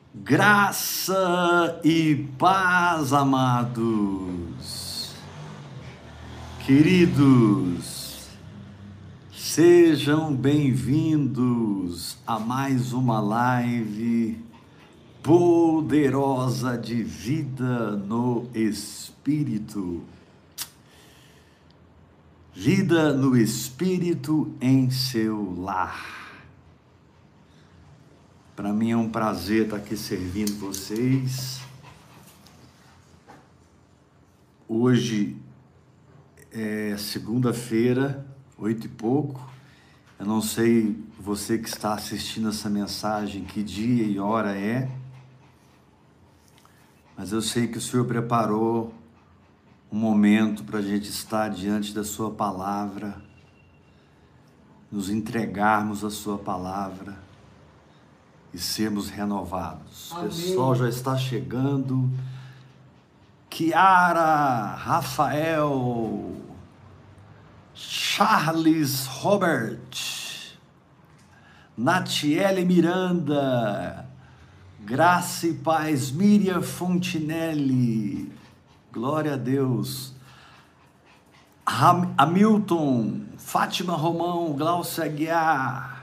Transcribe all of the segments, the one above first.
Graça e paz, amados, queridos, sejam bem-vindos a mais uma live poderosa de vida no Espírito. Vida no Espírito em seu lar. Para mim é um prazer estar aqui servindo vocês. Hoje é segunda-feira, 8h pouco. Eu não sei você que está assistindo essa mensagem que dia e hora é, mas eu sei que o Senhor preparou um momento para a gente estar diante da sua palavra, nos entregarmos a sua palavra e sermos renovados. Amém. O pessoal já está chegando. Kiara, Rafael, Charles Robert, Natiele Miranda, Graça e Paz, Miriam Fontinelli, glória a Deus, Hamilton, Fátima Romão, Glaucia Aguiar,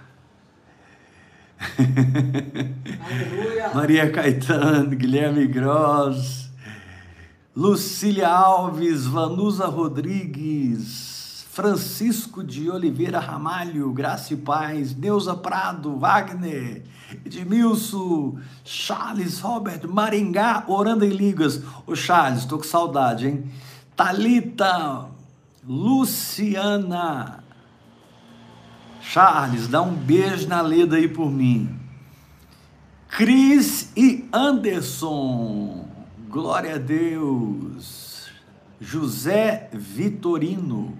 Maria Caetano, Guilherme Gross, Lucília Alves, Vanusa Rodrigues, Francisco de Oliveira Ramalho, Graça e Paz, Neuza Prado, Wagner, Edmilson, Charles Robert, Maringá, orando em línguas. Ô Charles, estou com saudade, hein? Thalita, Luciana, Charles, dá um beijo na Leda aí por mim. Cris e Anderson, glória a Deus. José Vitorino,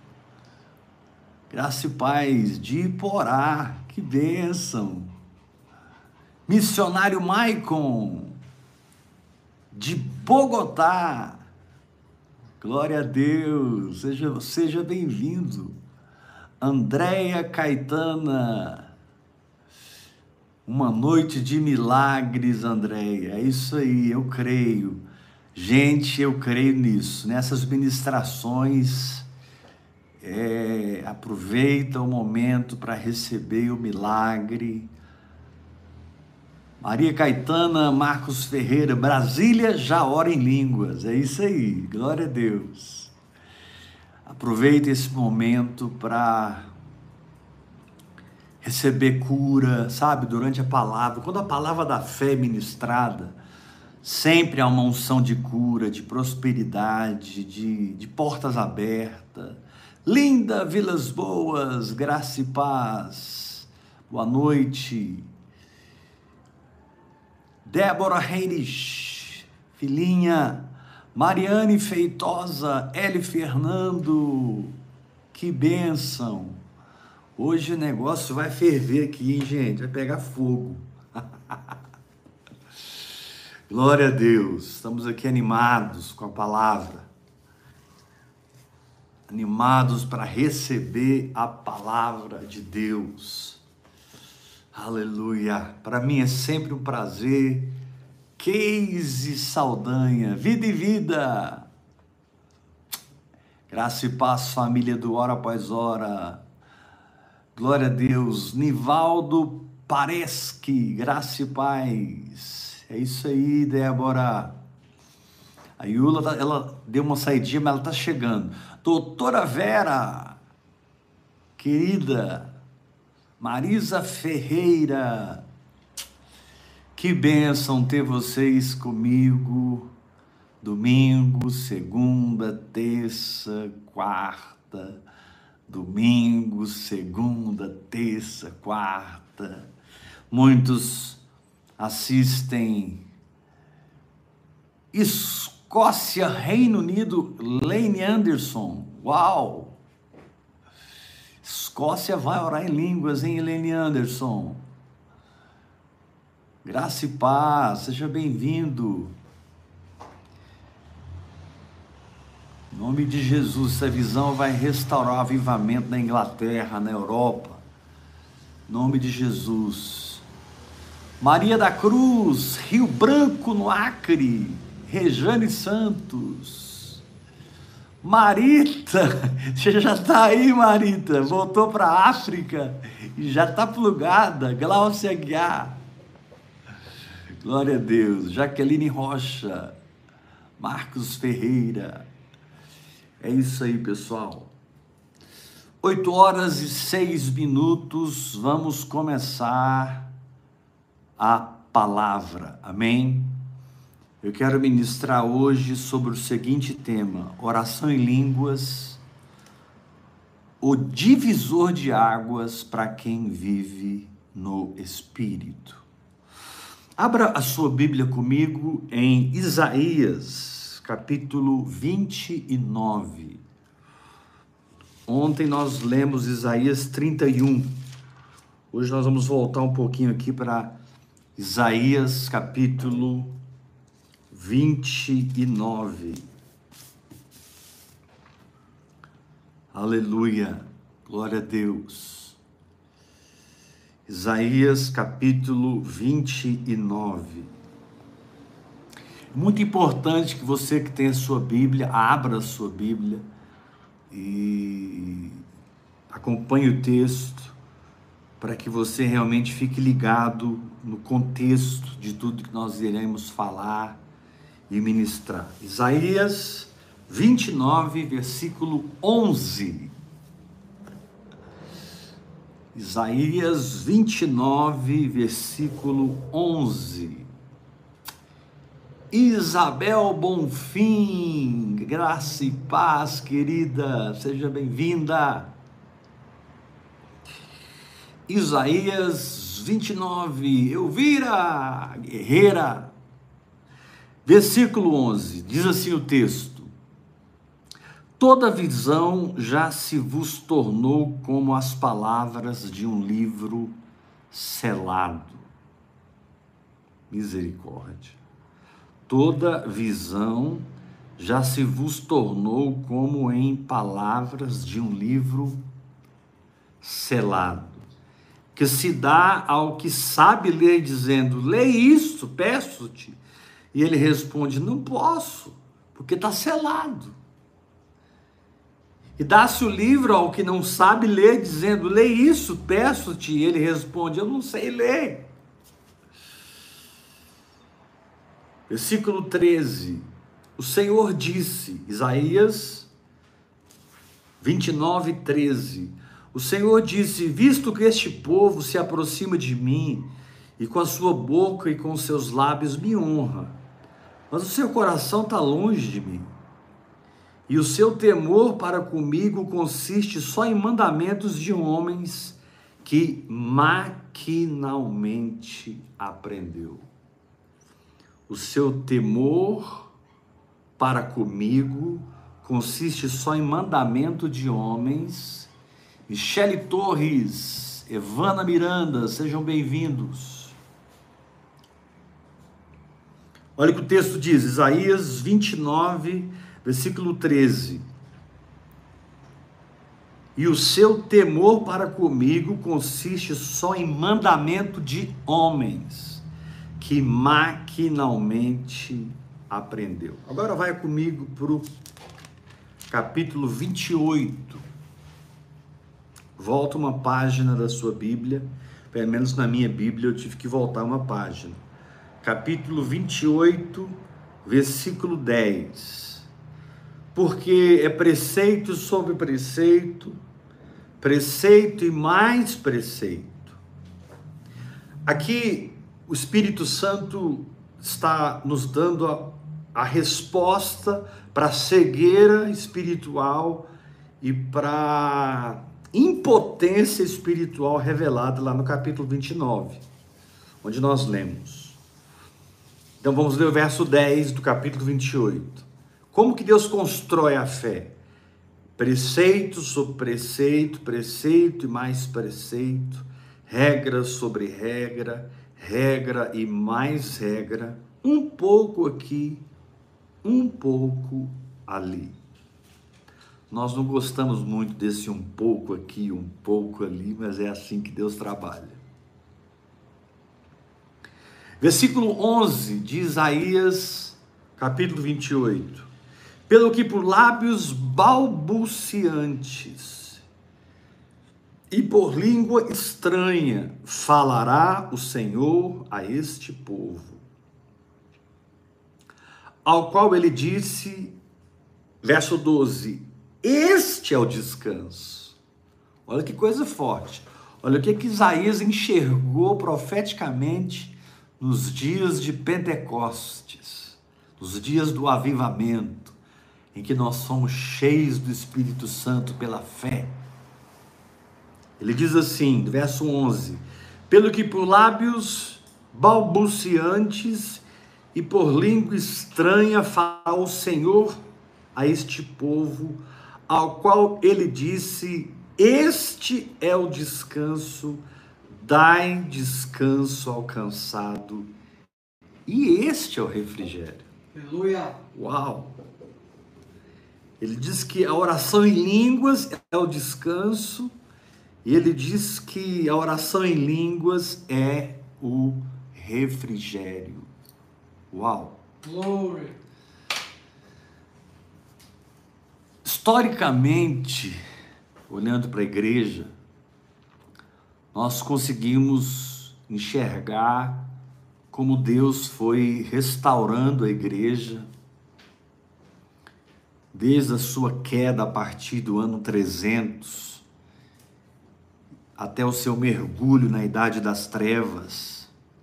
Graça e Paz, de Iporá, que bênção. Missionário Maicon, de Bogotá, glória a Deus, seja bem-vindo. Andréia Caetana, uma noite de milagres, Andréia, é isso aí, eu creio. Gente, eu creio nisso, nessas ministrações, aproveita o momento para receber o milagre. Maria Caetana, Marcos Ferreira, Brasília já ora em línguas, é isso aí, glória a Deus. Aproveita esse momento para receber cura, sabe, durante a palavra. Quando a palavra da fé é ministrada, sempre há uma unção de cura, de prosperidade, de portas abertas. Linda, Vilas Boas, Graça e Paz, boa noite. Débora Reines, filhinha, Mariane Feitosa, Eli Fernando, que bênção. Hoje o negócio vai ferver aqui, hein, gente? Vai pegar fogo. Glória a Deus. Estamos aqui animados com a palavra. Animados para receber a palavra de Deus. Aleluia. Para mim é sempre um prazer. Keise Saldanha, vida e vida. Graça e paz, família do Hora Após Hora. Glória a Deus. Nivaldo Pareschi, graça e paz. É isso aí, Débora. A Yula, ela deu uma saidinha, mas ela está chegando. Doutora Vera, querida. Marisa Ferreira. Que bênção ter vocês comigo. Domingo, segunda, terça, quarta. Domingo, segunda, terça, quarta. Muitos assistem. Escócia, Reino Unido, Lane Anderson. Uau! Escócia vai orar em línguas, hein, Lane Anderson? Graça e paz, seja bem-vindo. Em nome de Jesus, essa visão vai restaurar o avivamento na Inglaterra, na Europa. Em nome de Jesus. Maria da Cruz, Rio Branco, no Acre. Rejane Santos. Marita, você já está aí, Marita. Voltou para a África e já está plugada. Glaucia Aguiar. Glória a Deus. Jaqueline Rocha. Marcos Ferreira. É isso aí, pessoal. 8h06, vamos começar a palavra, amém? Eu quero ministrar hoje sobre o seguinte tema: oração em línguas, o divisor de águas para quem vive no Espírito. Abra a sua Bíblia comigo em Isaías, capítulo 29. Ontem nós lemos Isaías 31. Hoje nós vamos voltar um pouquinho aqui para Isaías capítulo 29. Aleluia, glória a Deus. Isaías capítulo 29. Muito importante que você que tem a sua Bíblia, abra a sua Bíblia e acompanhe o texto, para que você realmente fique ligado no contexto de tudo que nós iremos falar e ministrar. Isaías 29, versículo 11. Isaías 29, versículo 11. Isabel Bonfim, graça e paz, querida, seja bem-vinda. Isaías 29, Elvira Guerreira, versículo 11, diz assim o texto: toda visão já se vos tornou como as palavras de um livro selado. Misericórdia. Toda visão já se vos tornou como em palavras de um livro selado, que se dá ao que sabe ler, dizendo: lê isto, peço-te. E ele responde: não posso, porque está selado. E dá-se o livro ao que não sabe ler, dizendo: lê isso, peço-te. E ele responde: eu não sei ler. Versículo 13, o Senhor disse, Isaías 29, 13, o Senhor disse: visto que este povo se aproxima de mim, e com a sua boca e com os seus lábios me honra, mas o seu coração está longe de mim, e o seu temor para comigo consiste só em mandamentos de homens que maquinalmente aprendeu. O seu temor para comigo consiste só em mandamento de homens. Michele Torres, Evana Miranda, sejam bem-vindos. Olha o que o texto diz, Isaías 29, versículo 13. E o seu temor para comigo consiste só em mandamento de homens, que maquinalmente aprendeu. Agora vai comigo para o capítulo 28. Volta uma página da sua Bíblia, pelo menos na minha Bíblia eu tive que voltar uma página. Capítulo 28, versículo 10. Porque é preceito sobre preceito, preceito e mais preceito. Aqui o Espírito Santo está nos dando a resposta para a cegueira espiritual e para a impotência espiritual revelada lá no capítulo 29, onde nós lemos. Então vamos ler o verso 10 do capítulo 28. Como que Deus constrói a fé? Preceito sobre preceito, preceito e mais preceito, regra sobre regra, regra e mais regra, um pouco aqui, um pouco ali. Nós não gostamos muito desse um pouco aqui, um pouco ali, mas é assim que Deus trabalha. Versículo 11 de Isaías, capítulo 28. Pelo que por lábios balbuciantes e por língua estranha falará o Senhor a este povo, ao qual ele disse, verso 12, este é o descanso. Olha que coisa forte. Olha o que Isaías enxergou profeticamente nos dias de Pentecostes, nos dias do avivamento, em que nós somos cheios do Espírito Santo pela fé. Ele diz assim, verso 11, pelo que por lábios balbuciantes e por língua estranha falará o Senhor a este povo, ao qual ele disse, este é o descanso, dai descanso ao cansado, e este é o refrigério. Aleluia. Uau! Ele diz que a oração em línguas é o descanso, e ele diz que a oração em línguas é o refrigério. Uau! Glória. Historicamente, olhando para a igreja, nós conseguimos enxergar como Deus foi restaurando a igreja desde a sua queda a partir do ano 300 até o seu mergulho na Idade das Trevas.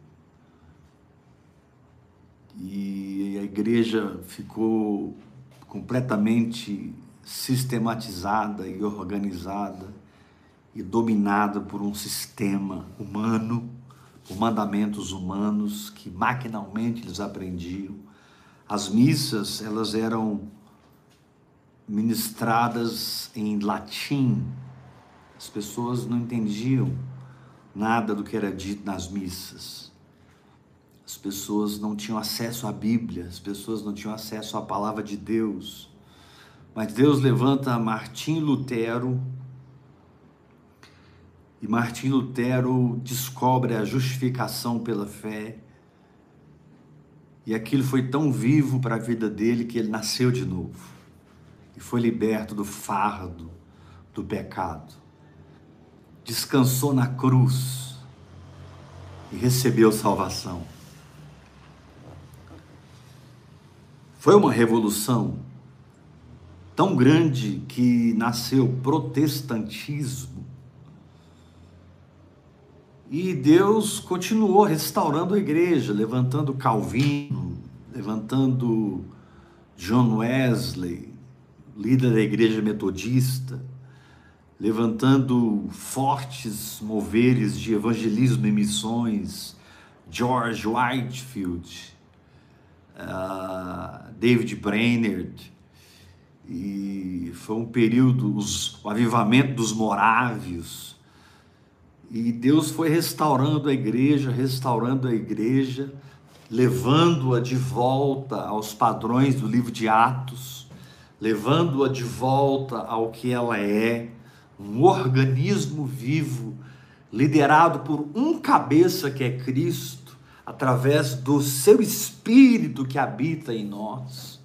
E a igreja ficou completamente sistematizada e organizada e dominada por um sistema humano, por mandamentos humanos que maquinalmente eles aprendiam. As missas, elas eram ministradas em latim. As pessoas não entendiam nada do que era dito nas missas. As pessoas não tinham acesso à Bíblia, as pessoas não tinham acesso à palavra de Deus. Mas Deus levanta Martim Lutero, e Martim Lutero descobre a justificação pela fé, e aquilo foi tão vivo para a vida dele que ele nasceu de novo, e foi liberto do fardo do pecado, descansou na cruz, e recebeu salvação. Foi uma revolução tão grande que nasceu protestantismo, e Deus continuou restaurando a igreja, levantando Calvino, levantando John Wesley, líder da igreja metodista, levantando fortes moveres de evangelismo e missões, George Whitefield, David Brainerd, e foi um período, o avivamento dos morávios, e Deus foi restaurando a igreja, levando-a de volta aos padrões do livro de Atos, levando-a de volta ao que ela é, um organismo vivo, liderado por um cabeça que é Cristo, através do seu Espírito que habita em nós.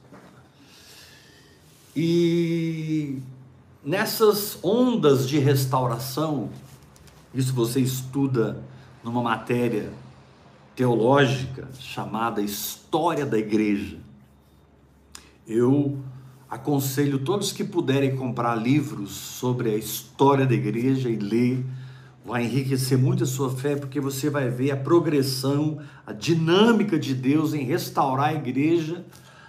E nessas ondas de restauração, isso você estuda numa matéria teológica chamada História da Igreja. Eu aconselho todos que puderem comprar livros sobre a história da igreja e ler, vai enriquecer muito a sua fé, porque você vai ver a progressão, a dinâmica de Deus em restaurar a igreja,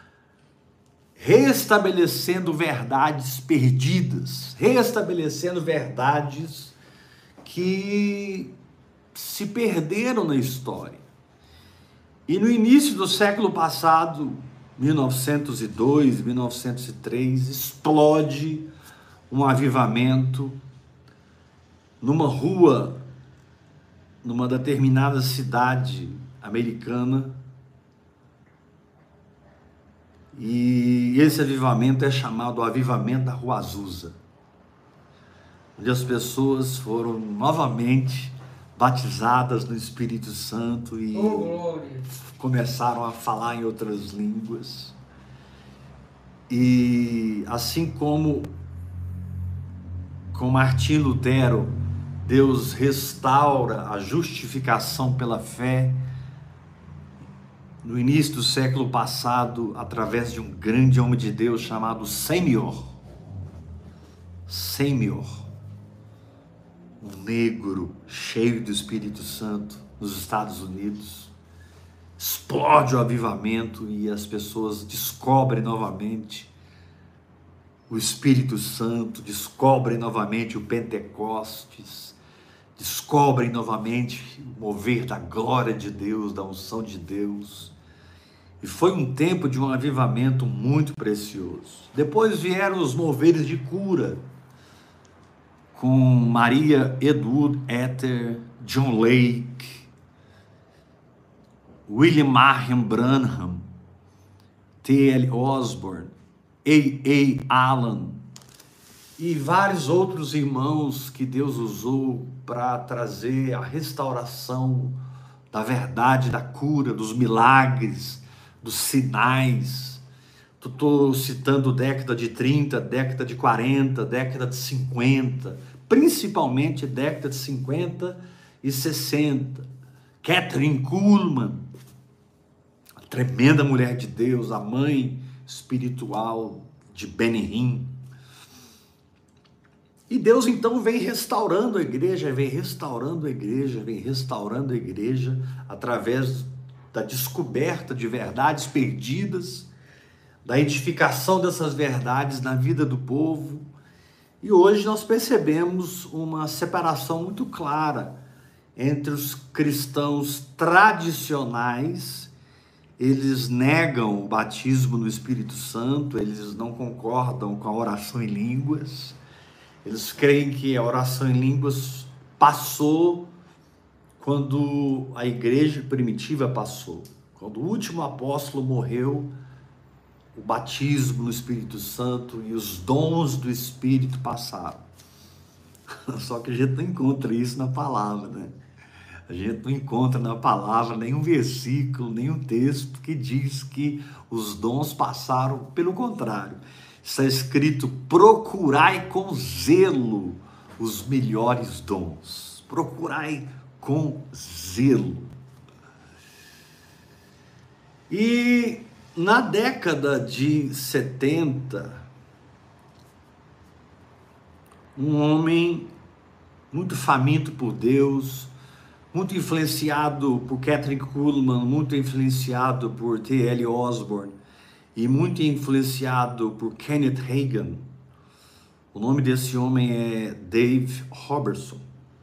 restabelecendo verdades perdidas, restabelecendo verdades que se perderam na história. E no início do século passado, 1902, 1903, explode um avivamento numa rua, numa determinada cidade americana, e esse avivamento é chamado Avivamento da Rua Azusa, onde as pessoas foram novamente batizadas no Espírito Santo e glória. começaram a falar em outras línguas. E assim como com Martim Lutero, Deus restaura a justificação pela fé no início do século passado, através de um grande homem de Deus chamado Seymour, um negro cheio do Espírito Santo nos Estados Unidos. Explode o avivamento e as pessoas descobrem novamente o Espírito Santo, descobrem novamente o Pentecostes, descobrem novamente o mover da glória de Deus, da unção de Deus. E foi um tempo de um avivamento muito precioso. Depois vieram os moveres de cura, com Maria Edward Ether, John Lake, William Marion Branham, T.L. Osborne, A.A. Allen e vários outros irmãos que Deus usou para trazer a restauração da verdade, da cura, dos milagres, dos sinais. Estou citando década de 30, década de 40, década de 50, principalmente década de 50 e 60. Kathryn Kuhlman, a tremenda mulher de Deus, a mãe espiritual de Benny Hinn. E Deus então vem restaurando a igreja, vem restaurando a igreja, vem restaurando a igreja através da descoberta de verdades perdidas, da edificação dessas verdades na vida do povo. E hoje nós percebemos uma separação muito clara entre os cristãos tradicionais. Eles negam o batismo no Espírito Santo, eles não concordam com a oração em línguas, eles creem que a oração em línguas passou quando a igreja primitiva passou. Quando o último apóstolo morreu, o batismo no Espírito Santo e os dons do Espírito passaram. Só que a gente não encontra isso na palavra, né? A gente não encontra na palavra nenhum versículo, nenhum texto que diz que os dons passaram. Pelo contrário, está escrito: procurai com zelo os melhores dons. Procurai com zelo. E na década de 70, um homem muito faminto por Deus, muito influenciado por Kathryn Kuhlman, muito influenciado por T.L. Osborne e muito influenciado por Kenneth Hagin. O nome desse homem é Dave Robertson.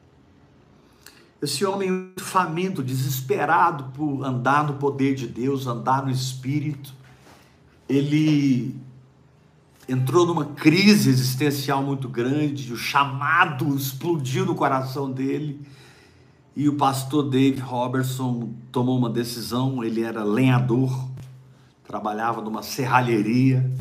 Esse homem muito faminto, desesperado por andar no poder de Deus, andar no Espírito, ele entrou numa crise existencial muito grande, o chamado explodiu no coração dele, e o pastor Dave Robertson tomou uma decisão. Ele era lenhador, trabalhava numa serralheria,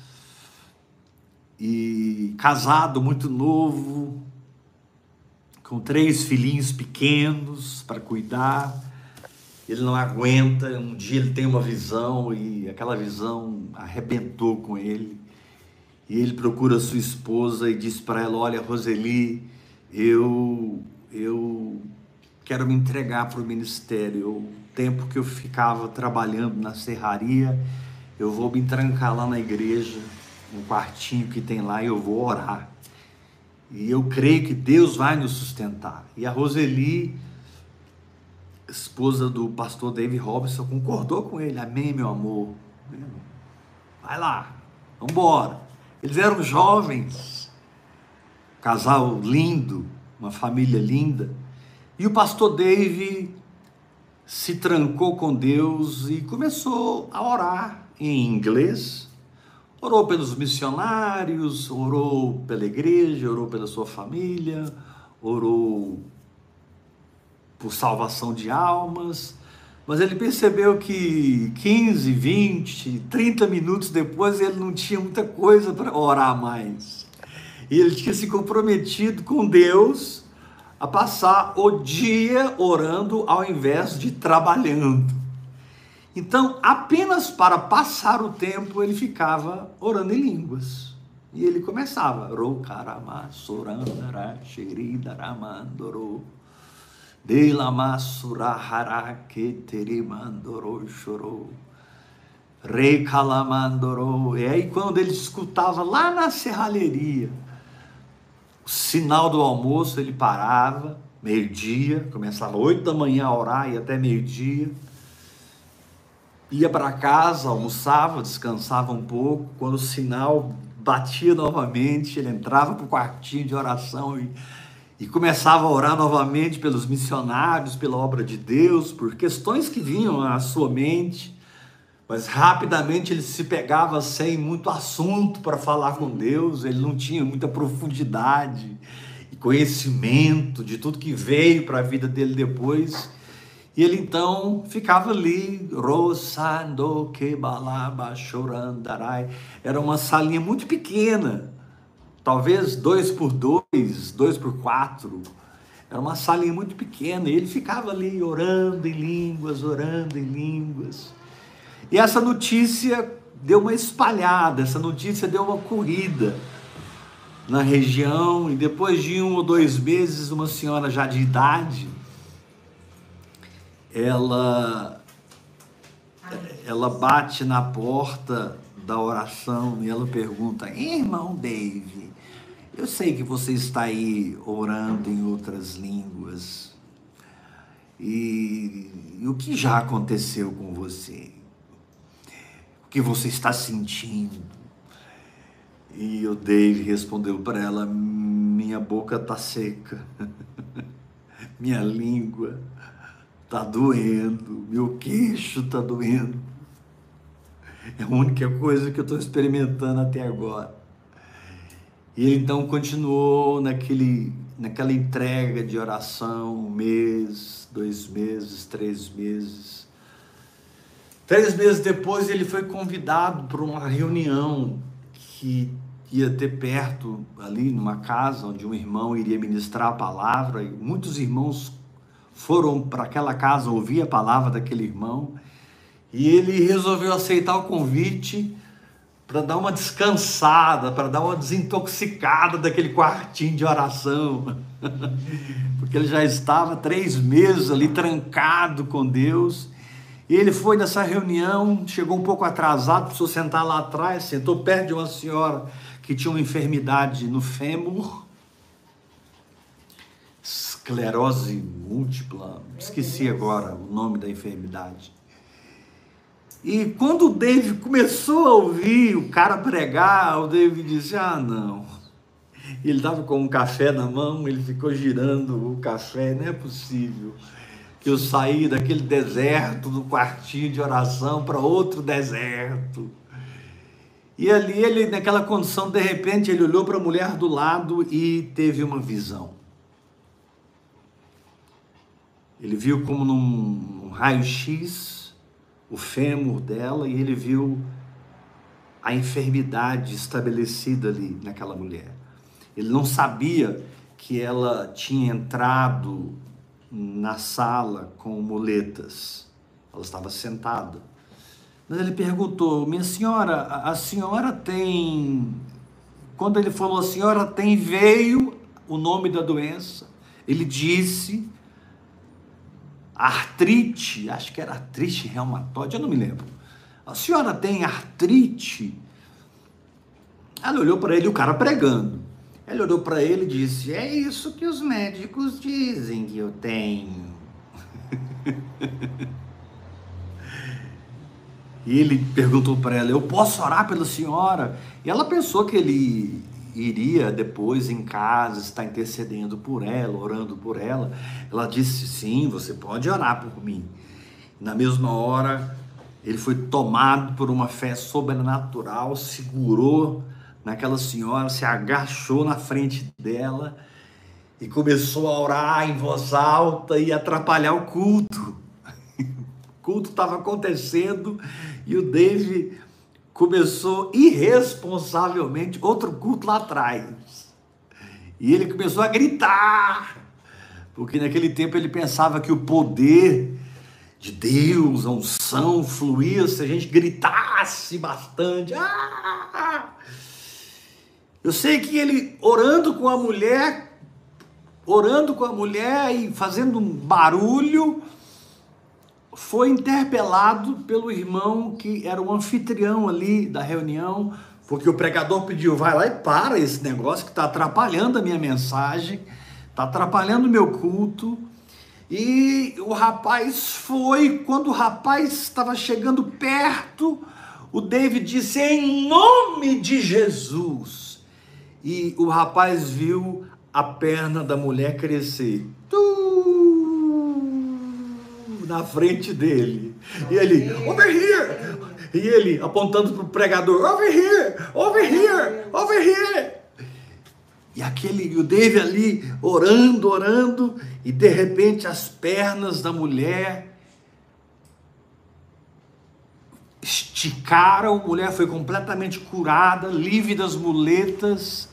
e casado, muito novo, com 3 filhinhos pequenos para cuidar. Ele não aguenta. Um dia ele tem uma visão e aquela visão arrebentou com ele. E ele procura sua esposa e diz para ela: olha, Roseli, eu quero me entregar para o ministério. O tempo que eu ficava trabalhando na serraria, eu vou me trancar lá na igreja, um quartinho que tem lá, e eu vou orar. E eu creio que Deus vai nos sustentar. E a Roseli, esposa do pastor Dave Robertson, concordou com ele. Amém, meu amor. Vai lá, vamos embora. Eles eram jovens, casal lindo, uma família linda. E o pastor Dave se trancou com Deus e começou a orar em inglês. Orou pelos missionários, orou pela igreja, orou pela sua família, orou por salvação de almas, mas ele percebeu que 15, 20, 30 minutos depois ele não tinha muita coisa para orar mais. E ele tinha se comprometido com Deus a passar o dia orando ao invés de trabalhando. Então, apenas para passar o tempo, ele ficava orando em línguas. E ele começava, Rokarama, Sorandara, Sheridaramandoro, Delamasurahara, Keterimandoro, Chorou, Recalamandoro. E aí, quando ele escutava lá na serralheria o sinal do almoço, ele parava, meio-dia, começava 8 da manhã a orar e até meio-dia. Ia para casa, almoçava, descansava um pouco. Quando o sinal batia novamente, ele entrava para o quartinho de oração e começava a orar novamente pelos missionários, pela obra de Deus, por questões que vinham à sua mente, mas rapidamente ele se pegava sem muito assunto para falar com Deus, ele não tinha muita profundidade e conhecimento de tudo que veio para a vida dele depois. E ele então ficava ali, Rosando Kebalaba Chorandarai. Era uma salinha muito pequena, talvez 2x2, 2x4. Era uma salinha muito pequena, e ele ficava ali orando em línguas, orando em línguas. E essa notícia deu uma espalhada, essa notícia deu uma corrida na região, e depois de 1 ou 2 meses, uma senhora já de idade, ela bate na porta da oração e ela pergunta: irmão Dave, eu sei que você está aí orando em outras línguas, e o que já aconteceu com você? O que você está sentindo? E o Dave respondeu para ela: minha boca está seca, minha língua está doendo, meu queixo está doendo. É a única coisa que eu estou experimentando até agora. E ele então continuou naquela entrega de oração, 1 mês, 2 meses, 3 meses. 3 meses depois ele foi convidado para uma reunião que ia ter perto, ali numa casa onde um irmão iria ministrar a palavra, e muitos irmãos foram para aquela casa ouvir a palavra daquele irmão, e ele resolveu aceitar o convite para dar uma descansada, para dar uma desintoxicada daquele quartinho de oração, porque ele já estava 3 meses ali trancado com Deus. E ele foi nessa reunião, chegou um pouco atrasado, precisou sentar lá atrás, sentou perto de uma senhora que tinha uma enfermidade no fêmur, esclerose múltipla, esqueci agora o nome da enfermidade. E quando o David começou a ouvir o cara pregar, o David disse: ah, não. Ele estava com um café na mão, ele ficou girando o café, não é possível que eu saí daquele deserto do quartinho de oração para outro deserto. E ali ele, naquela condição, de repente, ele olhou para a mulher do lado e teve uma visão. Ele viu como num raio-x o fêmur dela, e ele viu a enfermidade estabelecida ali naquela mulher. Ele não sabia que ela tinha entrado na sala com muletas. Ela estava sentada. Mas ele perguntou: minha senhora, a senhora tem... Quando ele falou a senhora tem, veio o nome da doença. Ele disse artrite, acho que era artrite reumatoide, eu não me lembro. A senhora tem artrite? Ela olhou para ele, o cara pregando. Ela olhou para ele e disse: é isso que os médicos dizem que eu tenho. E ele perguntou para ela: eu posso orar pela senhora? E ela pensou que ele iria depois em casa estar intercedendo por ela, orando por ela. Ela disse: sim, você pode orar por mim. Na mesma hora, ele foi tomado por uma fé sobrenatural, segurou naquela senhora, se agachou na frente dela e começou a orar em voz alta e atrapalhar o culto. O culto estava acontecendo e o Dave começou irresponsavelmente outro culto lá atrás. E ele começou a gritar: porque naquele tempo ele pensava que o poder de Deus, a unção, fluía se a gente gritasse bastante. Eu sei que ele orando com a mulher e fazendo um barulho, foi interpelado pelo irmão que era o anfitrião ali da reunião, porque o pregador pediu: vai lá e para esse negócio que está atrapalhando a minha mensagem, está atrapalhando o meu culto. E o rapaz foi, quando o rapaz estava chegando perto, o David disse: em nome de Jesus. E o rapaz viu a perna da mulher crescer na frente dele. E ele: over here. E ele apontando para o pregador: over here, over here, over here. E o David ali orando, e de repente as pernas da mulher esticaram, a mulher foi completamente curada, livre das muletas,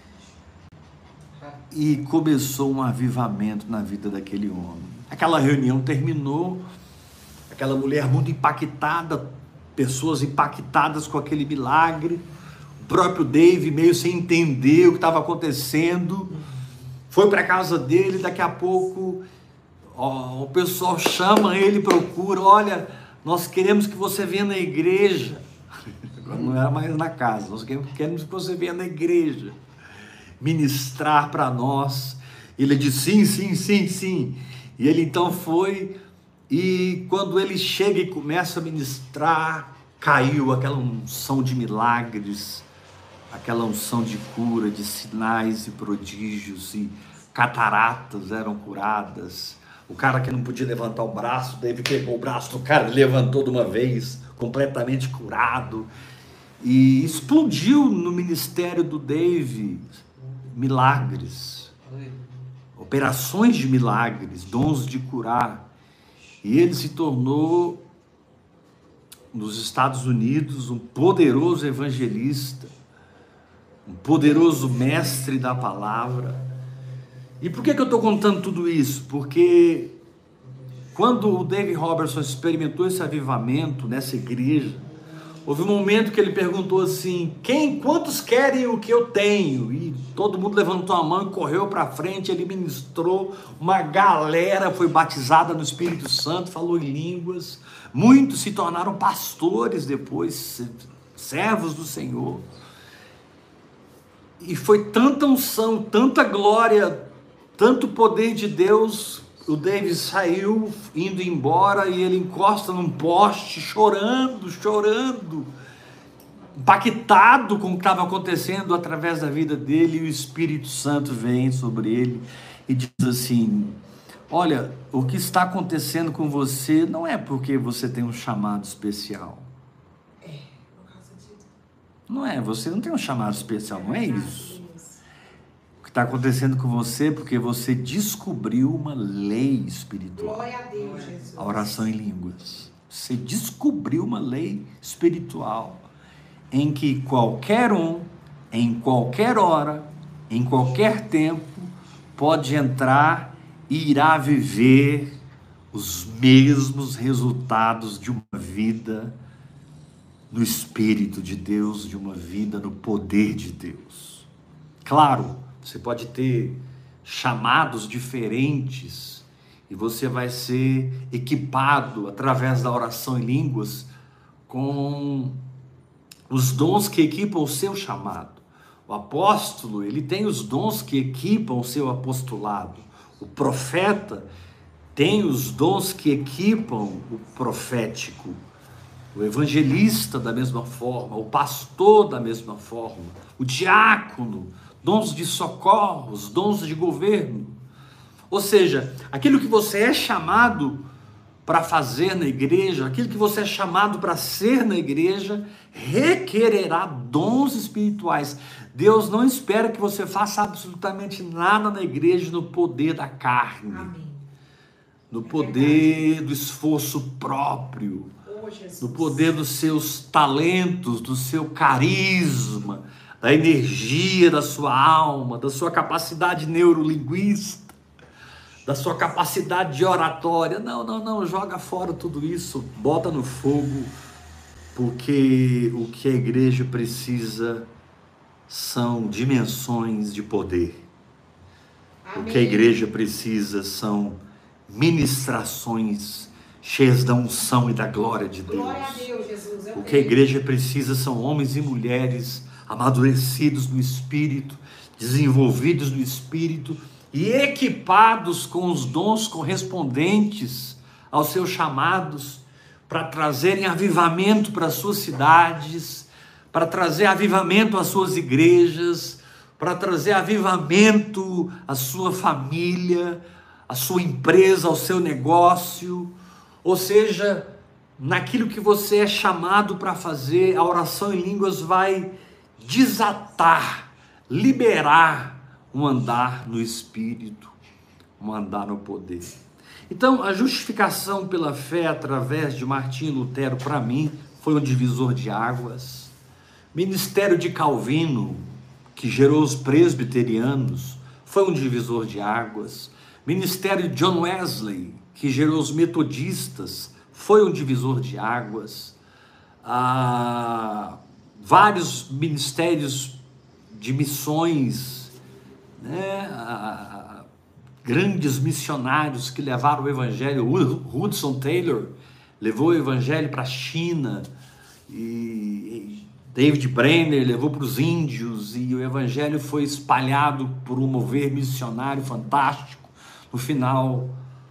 e começou um avivamento na vida daquele homem. Aquela reunião terminou, aquela mulher muito impactada, pessoas impactadas com aquele milagre. O próprio David, meio sem entender o que estava acontecendo, foi para a casa dele. Daqui a pouco o pessoal chama ele, procura: olha, nós queremos que você venha na igreja. Agora não era mais na casa, nós queremos que você venha na igreja ministrar para nós. Ele disse: sim. E ele então foi, e quando ele chega e começa a ministrar, caiu aquela unção de milagres, aquela unção de cura, de sinais e prodígios, e cataratas eram curadas. O cara que não podia levantar o braço, David pegou o braço do cara, levantou de uma vez, completamente curado, e explodiu no ministério do David milagres, operações de milagres, dons de curar. E ele se tornou, nos Estados Unidos, um poderoso evangelista, um poderoso mestre da palavra. E por que eu estou contando tudo isso? Porque quando o David Robertson experimentou esse avivamento nessa igreja, houve um momento que ele perguntou assim: quantos querem o que eu tenho? E todo mundo levantou a mão e correu para frente. Ele ministrou, uma galera foi batizada no Espírito Santo, falou em línguas, muitos se tornaram pastores depois, servos do Senhor. E foi tanta unção, tanta glória, tanto poder de Deus. O David saiu, indo embora, e ele encosta num poste, chorando, impactado com o que estava acontecendo através da vida dele. E o Espírito Santo vem sobre ele e diz assim: olha, o que está acontecendo com você não é porque você tem um chamado especial. Não é, você não tem um chamado especial, não é isso. Está acontecendo com você porque você descobriu uma lei espiritual. Glória a Deus, Jesus. A oração em línguas. Você descobriu uma lei espiritual em que qualquer um, em qualquer hora, em qualquer tempo, pode entrar e irá viver os mesmos resultados de uma vida no Espírito de Deus, de uma vida no poder de Deus. Claro, você pode ter chamados diferentes e você vai ser equipado através da oração em línguas com os dons que equipam o seu chamado. O apóstolo, ele tem os dons que equipam o seu apostolado. O profeta tem os dons que equipam o profético. O evangelista da mesma forma, o pastor da mesma forma, o diácono, dons de socorros, dons de governo. Ou seja, aquilo que você é chamado para fazer na igreja, aquilo que você é chamado para ser na igreja, requererá dons espirituais. Deus não espera que você faça absolutamente nada na igreja no poder da carne. Amém. No poder do esforço próprio, no poder dos seus talentos, do seu carisma, da energia da sua alma, da sua capacidade neurolinguística. da sua capacidade de oratória. Não, não, não, joga fora tudo isso, bota no fogo, porque o que a igreja precisa são dimensões de poder. Amém. O que a igreja precisa são ministrações cheias da unção e da glória de Deus. Glória a Deus, Jesus. O que a igreja precisa são homens e mulheres amadurecidos no Espírito, desenvolvidos no Espírito e equipados com os dons correspondentes aos seus chamados, para trazerem avivamento para as suas cidades, para trazer avivamento às suas igrejas, para trazer avivamento à sua família, à sua empresa, ao seu negócio. Ou seja, naquilo que você é chamado para fazer, a oração em línguas vai desatar, liberar um andar no Espírito, um andar no poder. Então, a justificação pela fé através de Martinho Lutero, para mim, foi um divisor de águas. Ministério de Calvino, que gerou os presbiterianos, foi um divisor de águas. Ministério de John Wesley, que gerou os metodistas, foi um divisor de águas. Vários ministérios de missões, né? Grandes missionários que levaram o evangelho. Hudson Taylor levou o evangelho para a China, e David Brenner levou para os índios, e o evangelho foi espalhado por um mover missionário fantástico no final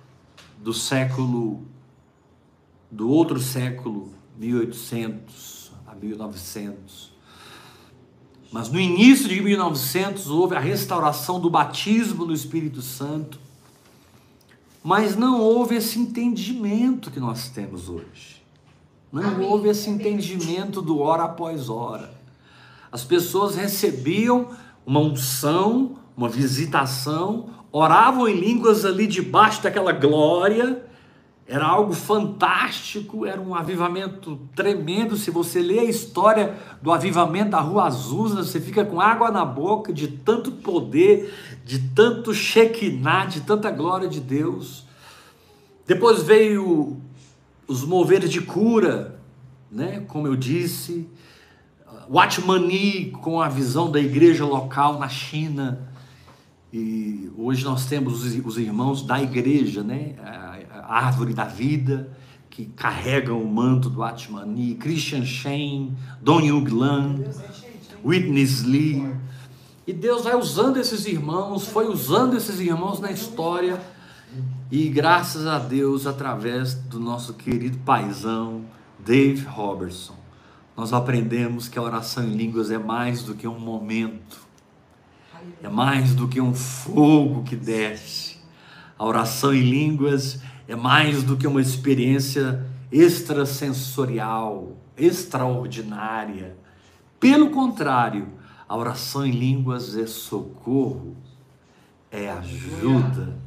do outro século, 1800 a 1900. Mas no início de 1900 houve a restauração do batismo no Espírito Santo, mas não houve esse entendimento que nós temos hoje. Não houve esse entendimento do hora após hora. As pessoas recebiam uma unção, uma visitação, oravam em línguas ali debaixo daquela glória. Era algo fantástico, era um avivamento tremendo. Se você lê a história do avivamento da Rua Azusa, você fica com água na boca de tanto poder, de tanto Shekinah, de tanta glória de Deus. Depois veio os moveres de cura, né? Como eu disse, Watchman Nee com a visão da igreja local na China. E hoje nós temos os irmãos da igreja, né? A árvore da vida, que carregam o manto do Watchman Nee, Christian Shane, Don Young Lan, Witness Lee. E Deus vai usando esses irmãos, foi usando esses irmãos na história, e graças a Deus, através do nosso querido paizão, Dave Robertson, nós aprendemos que a oração em línguas é mais do que um momento, é mais do que um fogo que desce. A oração em línguas é mais do que uma experiência extrasensorial, extraordinária. Pelo contrário, a oração em línguas é socorro, é ajuda,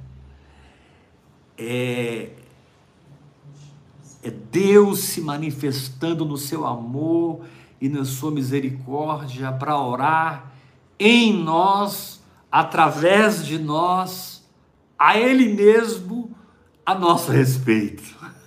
é Deus se manifestando no seu amor e na sua misericórdia para orar em nós, através de nós, a Ele mesmo, a nosso respeito.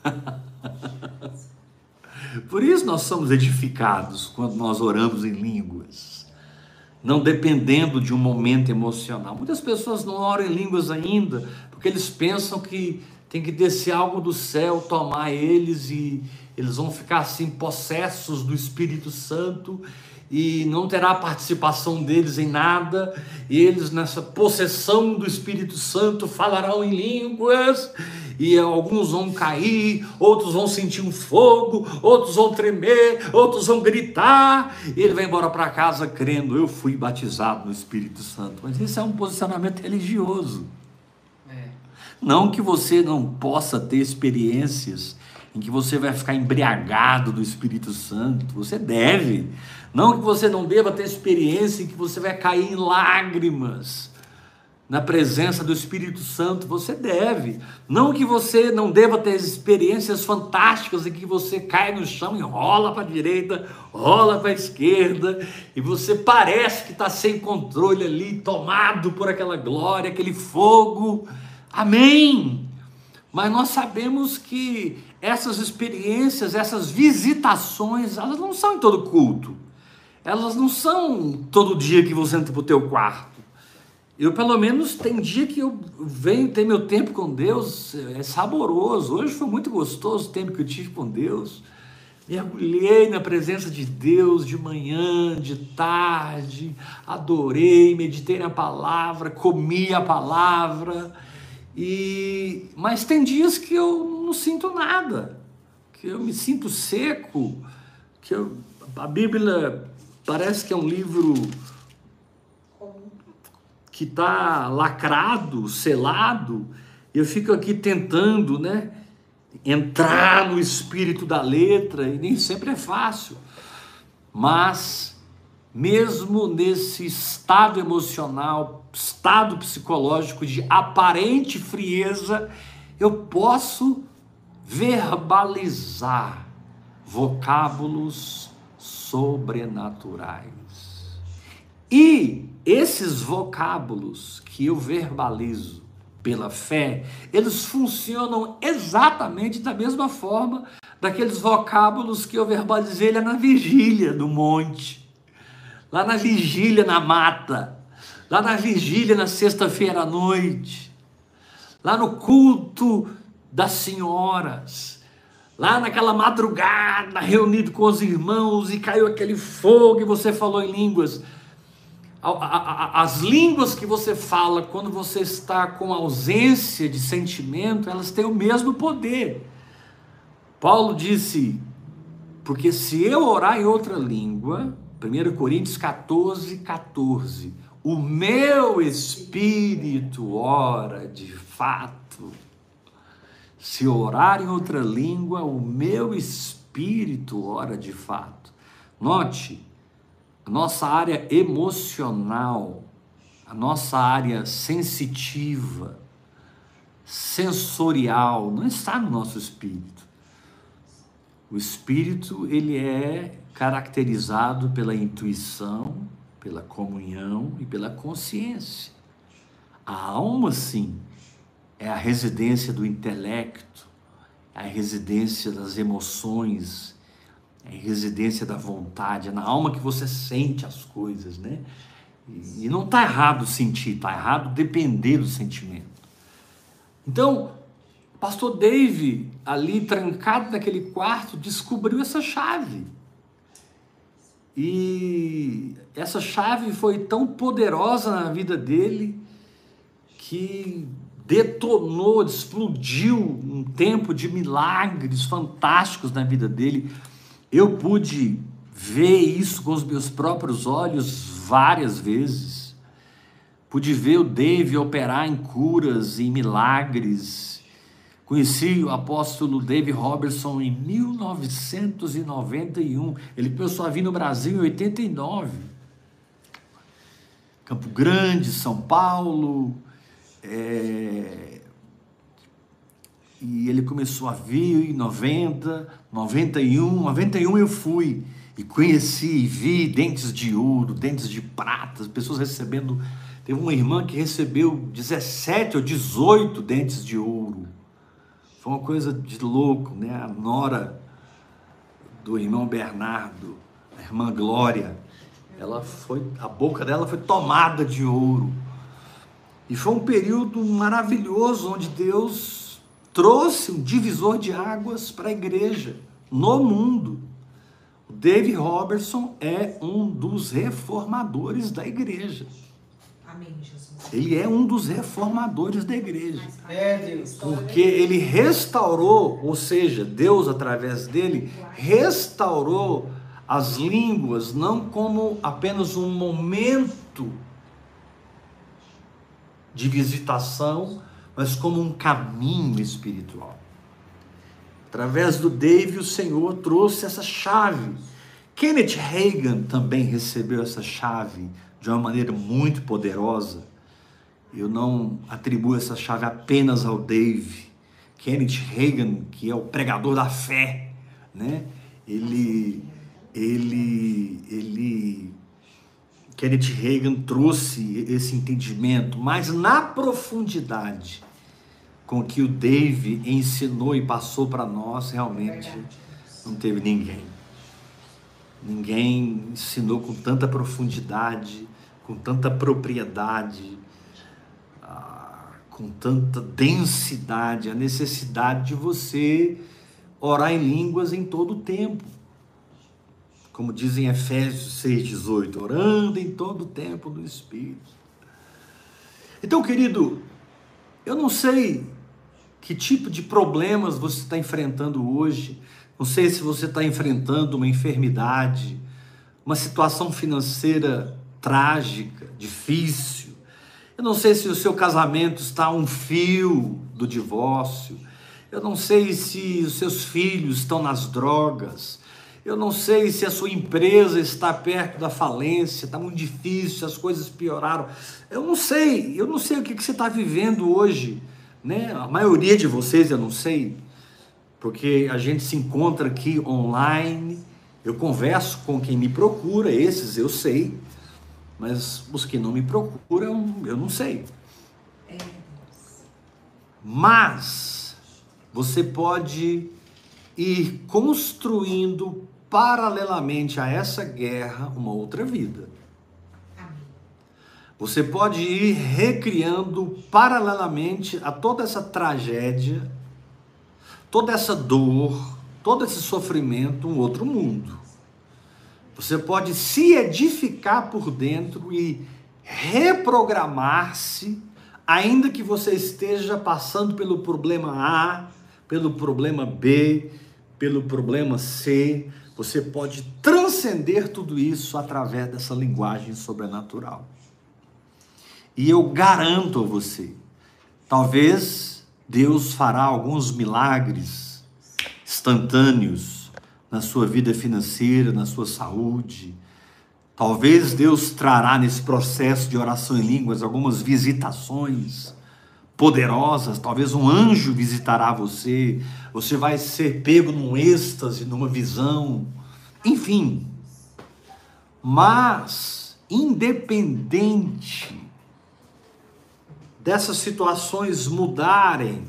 Por isso nós somos edificados quando nós oramos em línguas, não dependendo de um momento emocional. Muitas pessoas não oram em línguas ainda, porque eles pensam que tem que descer algo do céu, tomar eles, e eles vão ficar assim possessos do Espírito Santo, e não terá participação deles em nada, e eles nessa possessão do Espírito Santo falarão em línguas, e alguns vão cair, outros vão sentir um fogo, outros vão tremer, outros vão gritar, e ele vai embora para casa crendo: eu fui batizado no Espírito Santo. Mas isso é um posicionamento religioso. Não que você não possa ter experiências em que você vai ficar embriagado do Espírito Santo, você deve. Não que você não deva ter experiência em que você vai cair em lágrimas na presença do Espírito Santo, você deve. Não que você não deva ter experiências fantásticas em que você cai no chão e rola para a direita, rola para a esquerda, e você parece que está sem controle ali, tomado por aquela glória, aquele fogo. Amém! Mas nós sabemos que essas experiências, essas visitações, elas não são em todo culto. Elas não são todo dia que você entra para o teu quarto. Eu, pelo menos, tem dia que eu venho ter meu tempo com Deus, é saboroso. Hoje foi muito gostoso o tempo que eu tive com Deus. Mergulhei na presença de Deus de manhã, de tarde, adorei, meditei na palavra, comi a palavra. Mas tem dias que eu não sinto nada, que eu me sinto seco, a Bíblia parece que é um livro que está lacrado, selado, e eu fico aqui tentando, né, entrar no espírito da letra, e nem sempre é fácil, mas mesmo nesse estado emocional, estado psicológico de aparente frieza, eu posso verbalizar vocábulos sobrenaturais. E esses vocábulos que eu verbalizo pela fé, eles funcionam exatamente da mesma forma daqueles vocábulos que eu verbalizei lá na vigília do monte, lá na vigília na mata, lá na vigília na sexta-feira à noite, lá no culto das senhoras, lá naquela madrugada, reunido com os irmãos, e caiu aquele fogo e você falou em línguas. As línguas que você fala quando você está com ausência de sentimento, elas têm o mesmo poder. Paulo disse, porque se eu orar em outra língua, 1 Coríntios 14, o meu espírito ora de fato. Se eu orar em outra língua, o meu espírito ora de fato. Note, a nossa área emocional, a nossa área sensitiva, sensorial, não está no nosso espírito. O espírito, ele é caracterizado pela intuição, pela comunhão e pela consciência. A alma, sim, é a residência do intelecto, é a residência das emoções, é a residência da vontade, é na alma que você sente as coisas, né? E não está errado sentir, está errado depender do sentimento. Então, o pastor Dave, ali trancado naquele quarto, descobriu essa chave. E essa chave foi tão poderosa na vida dele que detonou, explodiu um tempo de milagres fantásticos na vida dele. Eu pude ver isso com os meus próprios olhos várias vezes. Pude ver o Dave operar em curas e em milagres. Conheci o apóstolo Dave Robertson em 1991. Ele começou a vir no Brasil em 89. Campo Grande, São Paulo. E ele começou a vir em 90, 91 eu fui e conheci e vi dentes de ouro, dentes de prata, pessoas recebendo. Teve uma irmã que recebeu 17 ou 18 dentes de ouro. Foi uma coisa de louco, né? A nora do irmão Bernardo, a irmã Glória, a boca dela foi tomada de ouro. E foi um período maravilhoso onde Deus trouxe um divisor de águas para a igreja, no mundo. O Dave Robertson é um dos reformadores da igreja. Amém, Jesus. Ele é um dos reformadores da igreja. Deus. Porque ele restaurou, ou seja, Deus através dele, restaurou as línguas, não como apenas um momento de visitação, mas como um caminho espiritual. Através do Dave, o Senhor trouxe essa chave. Kenneth Hagin também recebeu essa chave de uma maneira muito poderosa. Eu não atribuo essa chave apenas ao Dave. Kenneth Hagin, que é o pregador da fé, né? Kenneth Hagin trouxe esse entendimento, mas na profundidade, com que o Dave ensinou e passou para nós, realmente Verdade. não teve ninguém. Ninguém ensinou com tanta profundidade, com tanta propriedade, com tanta densidade, a necessidade de você orar em línguas em todo o tempo. Como diz em Efésios 6,18, orando em todo o tempo no Espírito. Então, querido, eu não sei que tipo de problemas você está enfrentando hoje. Não sei se você está enfrentando uma enfermidade, uma situação financeira trágica, difícil. Eu não sei se o seu casamento está a um fio do divórcio. Eu não sei se os seus filhos estão nas drogas. Eu não sei se a sua empresa está perto da falência, está muito difícil, as coisas pioraram. Eu não sei o que você está vivendo hoje, né? A maioria de vocês eu não sei, porque a gente se encontra aqui online, eu converso com quem me procura, esses eu sei, mas os que não me procuram, eu não sei. Mas você pode ir construindo paralelamente a essa guerra uma outra vida. Amém. Você pode ir recriando paralelamente a toda essa tragédia, toda essa dor, todo esse sofrimento, um outro mundo. Você pode se edificar por dentro e reprogramar-se, ainda que você esteja passando pelo problema A, pelo problema B, pelo problema C, você pode transcender tudo isso através dessa linguagem sobrenatural. E eu garanto a você, talvez Deus fará alguns milagres instantâneos na sua vida financeira, na sua saúde. Talvez Deus trará nesse processo de oração em línguas algumas visitações poderosas, talvez um anjo visitará você, você vai ser pego num êxtase, numa visão, enfim. Mas, independente dessas situações mudarem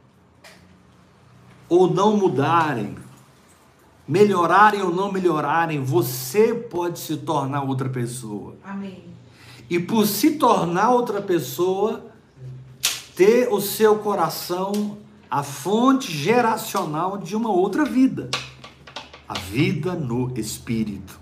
ou não mudarem, melhorarem ou não melhorarem, você pode se tornar outra pessoa. Amém. E por se tornar outra pessoa, ter o seu coração a fonte geracional de uma outra vida, a vida no Espírito.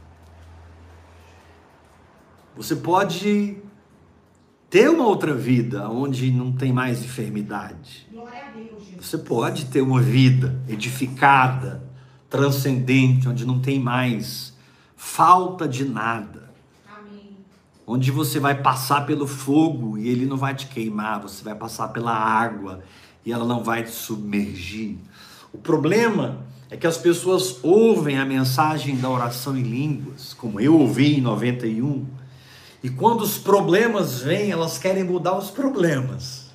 Você pode ter uma outra vida onde não tem mais enfermidade. Glória a Deus, Jesus. Você pode ter uma vida edificada, transcendente, onde não tem mais falta de nada. Amém. Onde você vai passar pelo fogo e ele não vai te queimar, você vai passar pela água e ela não vai te submergir. O problema é que as pessoas ouvem a mensagem da oração em línguas, como eu ouvi em 91, e quando os problemas vêm, elas querem mudar os problemas,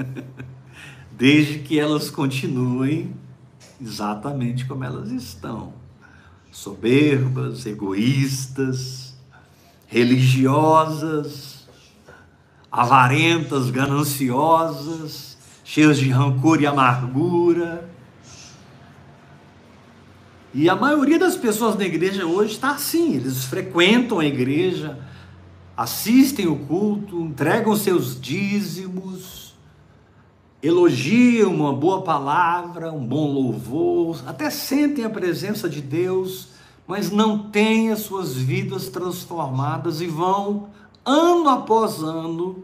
desde que elas continuem exatamente como elas estão, soberbas, egoístas, religiosas, avarentas, gananciosas, cheias de rancor e amargura. E a maioria das pessoas na igreja hoje está assim, eles frequentam a igreja, assistem o culto, entregam seus dízimos, elogiam uma boa palavra, um bom louvor, até sentem a presença de Deus, mas não têm as suas vidas transformadas e vão ano após ano,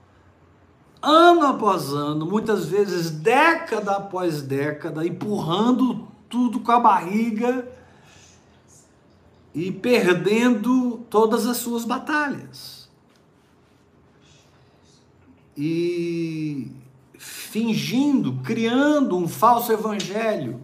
muitas vezes década após década, empurrando tudo com a barriga e perdendo todas as suas batalhas. E fingindo, criando um falso evangelho,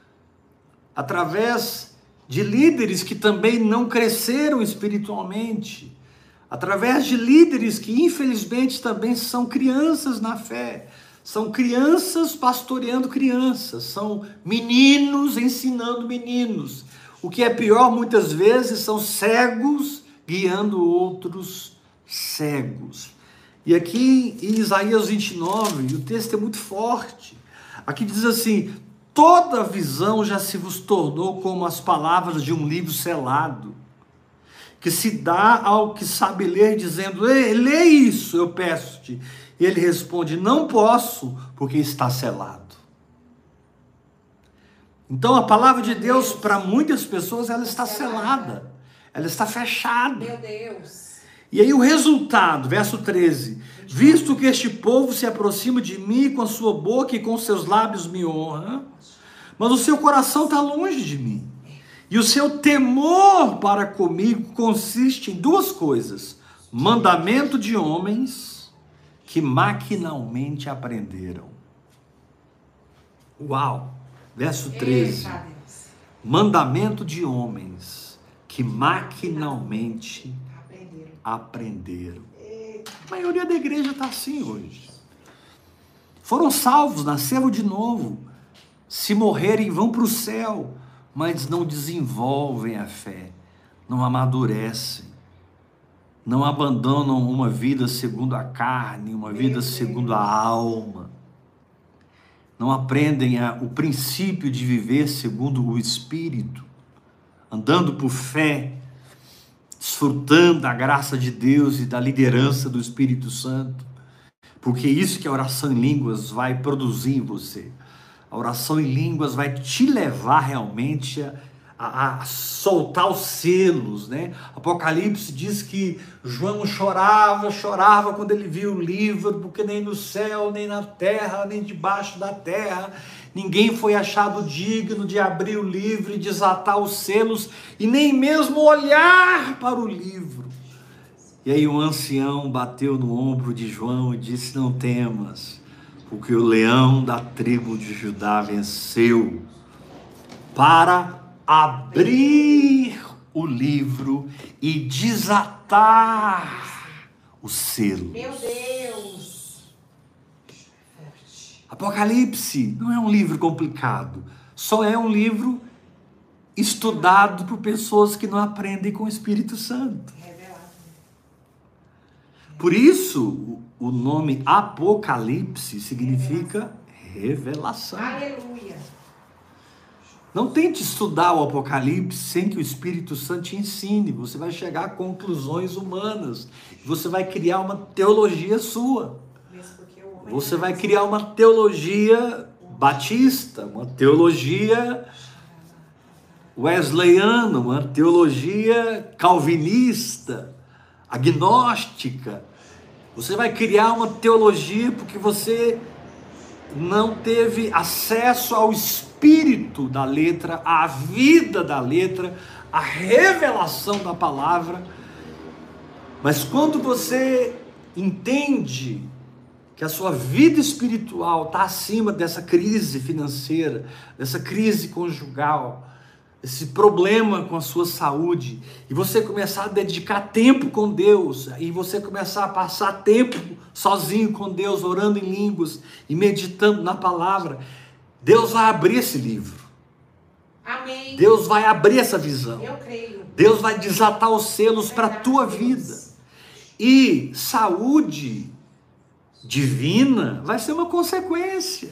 através de líderes que também não cresceram espiritualmente, através de líderes que infelizmente também são crianças na fé, são crianças pastoreando crianças, são meninos ensinando meninos. O que é pior, muitas vezes, são cegos guiando outros cegos. E aqui em Isaías 29, o texto é muito forte. Aqui diz assim: toda visão já se vos tornou como as palavras de um livro selado, que se dá ao que sabe ler, dizendo: lê isso, eu peço-te. E ele responde: não posso, porque está selado. Então a palavra de Deus, para muitas pessoas, ela está selada, ela está fechada. Meu Deus. E aí o resultado, verso 13: visto que este povo se aproxima de mim com a sua boca e com seus lábios me honra, mas o seu coração está longe de mim. E o seu temor para comigo consiste em duas coisas: mandamento de homens que maquinalmente aprenderam. Uau! Verso 13. Eita, Deus. Mandamento de homens que maquinalmente Aprenderam. aprenderam. A maioria da igreja está assim hoje. Foram salvos, nasceram de novo. Se morrerem, vão para o céu, mas não desenvolvem a fé, não amadurecem, não abandonam uma vida segundo a carne, uma vida segundo a alma. Não aprendem o princípio de viver segundo o Espírito, andando por fé, desfrutando da graça de Deus e da liderança do Espírito Santo, porque isso que a oração em línguas vai produzir em você. A oração em línguas vai te levar realmente a soltar os selos, né? Apocalipse diz que João chorava quando ele viu o livro, porque nem no céu, nem na terra, nem debaixo da terra, ninguém foi achado digno de abrir o livro e desatar os selos, e nem mesmo olhar para o livro. E aí o ancião bateu no ombro de João e disse: não temas, porque o leão da tribo de Judá venceu para abrir o livro e desatar os selos. Meu Deus. Apocalipse não é um livro complicado, só é um livro estudado por pessoas que não aprendem com o Espírito Santo. Revelado. Por isso, o nome Apocalipse significa revelação. Aleluia. Não tente estudar o Apocalipse sem que o Espírito Santo te ensine. Você vai chegar a conclusões humanas. Você vai criar uma teologia sua. Mesmo porque o homem Você vai criar uma teologia batista, uma teologia wesleyana, uma teologia calvinista, agnóstica. Você vai criar uma teologia porque você não teve acesso ao espírito da letra, à vida da letra, à revelação da palavra. Mas quando você entende que a sua vida espiritual está acima dessa crise financeira, dessa crise conjugal, esse problema com a sua saúde, e você começar a dedicar tempo com Deus, e você começar a passar tempo sozinho com Deus, orando em línguas e meditando na palavra, Deus vai abrir esse livro. Amém. Deus vai abrir essa visão. Eu creio. Deus vai desatar os selos para a tua vida. E saúde divina vai ser uma consequência.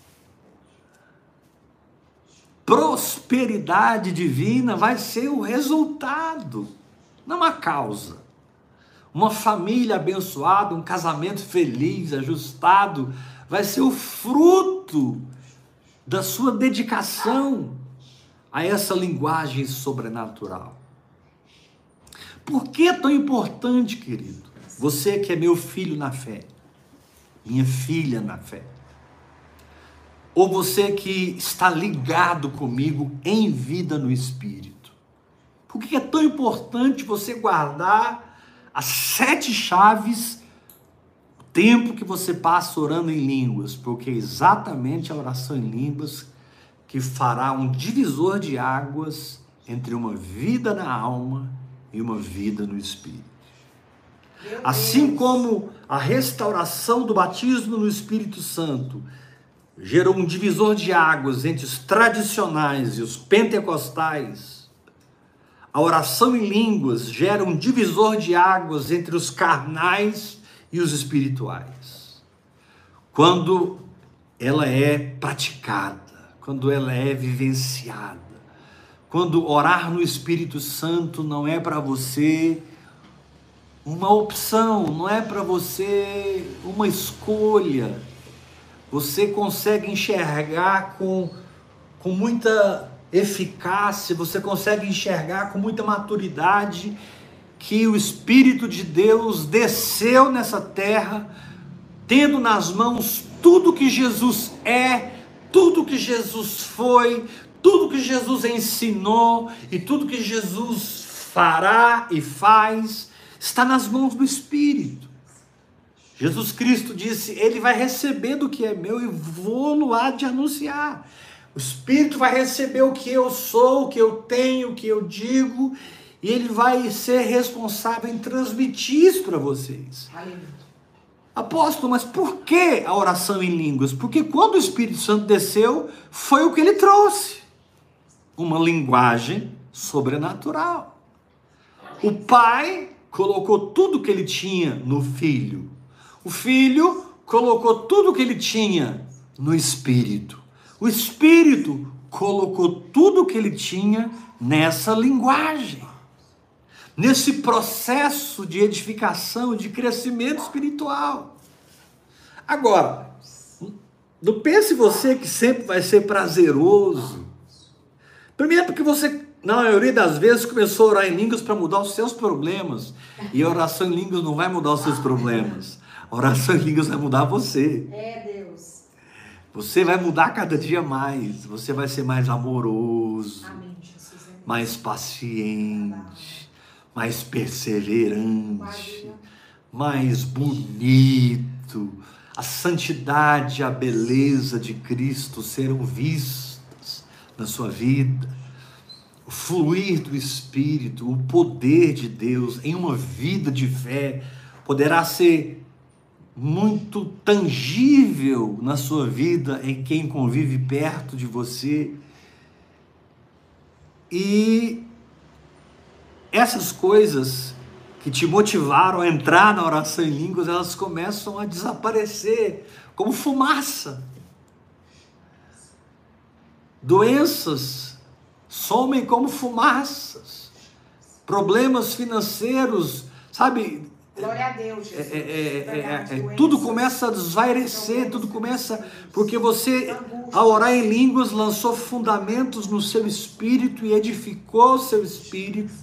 Prosperidade divina vai ser o resultado, não a causa. Uma família abençoada, um casamento feliz, ajustado, vai ser o fruto da sua dedicação a essa linguagem sobrenatural. Por que é tão importante, querido? Você que é meu filho na fé, minha filha na fé, ou você que está ligado comigo em vida no Espírito. Por que é tão importante você guardar as 7 chaves, o tempo que você passa orando em línguas? Porque é exatamente a oração em línguas que fará um divisor de águas entre uma vida na alma e uma vida no Espírito. Assim como a restauração do batismo no Espírito Santo gerou um divisor de águas entre os tradicionais e os pentecostais, a oração em línguas gera um divisor de águas entre os carnais e os espirituais. Quando ela é praticada, quando ela é vivenciada, quando orar no Espírito Santo não é para você uma opção, não é para você uma escolha, você consegue enxergar com muita eficácia, você consegue enxergar com muita maturidade que o Espírito de Deus desceu nessa terra, tendo nas mãos tudo que Jesus é, tudo que Jesus foi, tudo que Jesus ensinou e tudo que Jesus fará e faz, está nas mãos do Espírito. Jesus Cristo disse: ele vai receber do que é meu e vou-lo há de anunciar. O Espírito vai receber o que eu sou, o que eu tenho, o que eu digo, e ele vai ser responsável em transmitir isso para vocês. Aleluia. Apóstolo, mas por que a oração em línguas? Porque quando o Espírito Santo desceu, foi o que ele trouxe. Uma linguagem sobrenatural. O Pai colocou tudo que ele tinha no Filho. O Filho colocou tudo que ele tinha no Espírito. O Espírito colocou tudo que ele tinha nessa linguagem. Nesse processo de edificação, de crescimento espiritual. Agora, não pense você que sempre vai ser prazeroso. Primeiro porque você, na maioria das vezes, começou a orar em línguas para mudar os seus problemas. E a oração em línguas não vai mudar os seus problemas. A oração em línguas vai mudar você. É, Deus. Você vai mudar cada dia mais. Você vai ser mais amoroso, Amém, Jesus. mais paciente, mais perseverante, mais bonito. A santidade, a beleza de Cristo serão vistas na sua vida. O fluir do Espírito, o poder de Deus em uma vida de fé poderá ser muito tangível na sua vida, em quem convive perto de você. E essas coisas que te motivaram a entrar na oração em línguas, elas começam a desaparecer como fumaça. Doenças somem como fumaças. Problemas financeiros, sabe? Glória a Deus, Jesus. Tudo começa a desvairecer, tudo começa, porque você, ao orar em línguas, lançou fundamentos no seu espírito e edificou o seu espírito.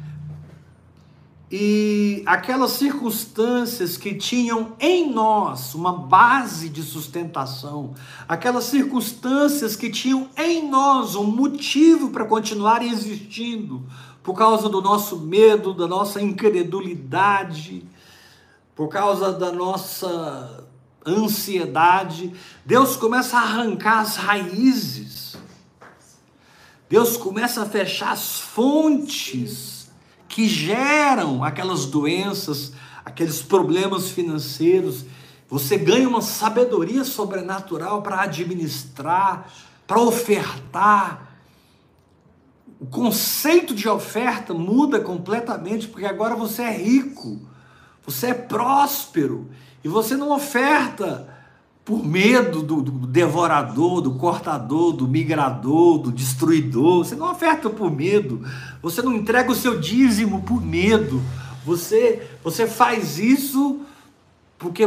E aquelas circunstâncias que tinham em nós uma base de sustentação, aquelas circunstâncias que tinham em nós um motivo para continuar existindo, por causa do nosso medo, da nossa incredulidade, por causa da nossa ansiedade, Deus começa a arrancar as raízes, Deus começa a fechar as fontes que geram aquelas doenças, aqueles problemas financeiros. Você ganha uma sabedoria sobrenatural para administrar, para ofertar. O conceito de oferta muda completamente, porque agora você é rico, você é próspero, e você não oferta por medo do devorador, do cortador, do migrador, do destruidor. Você não oferta por medo, você não entrega o seu dízimo por medo, você faz isso porque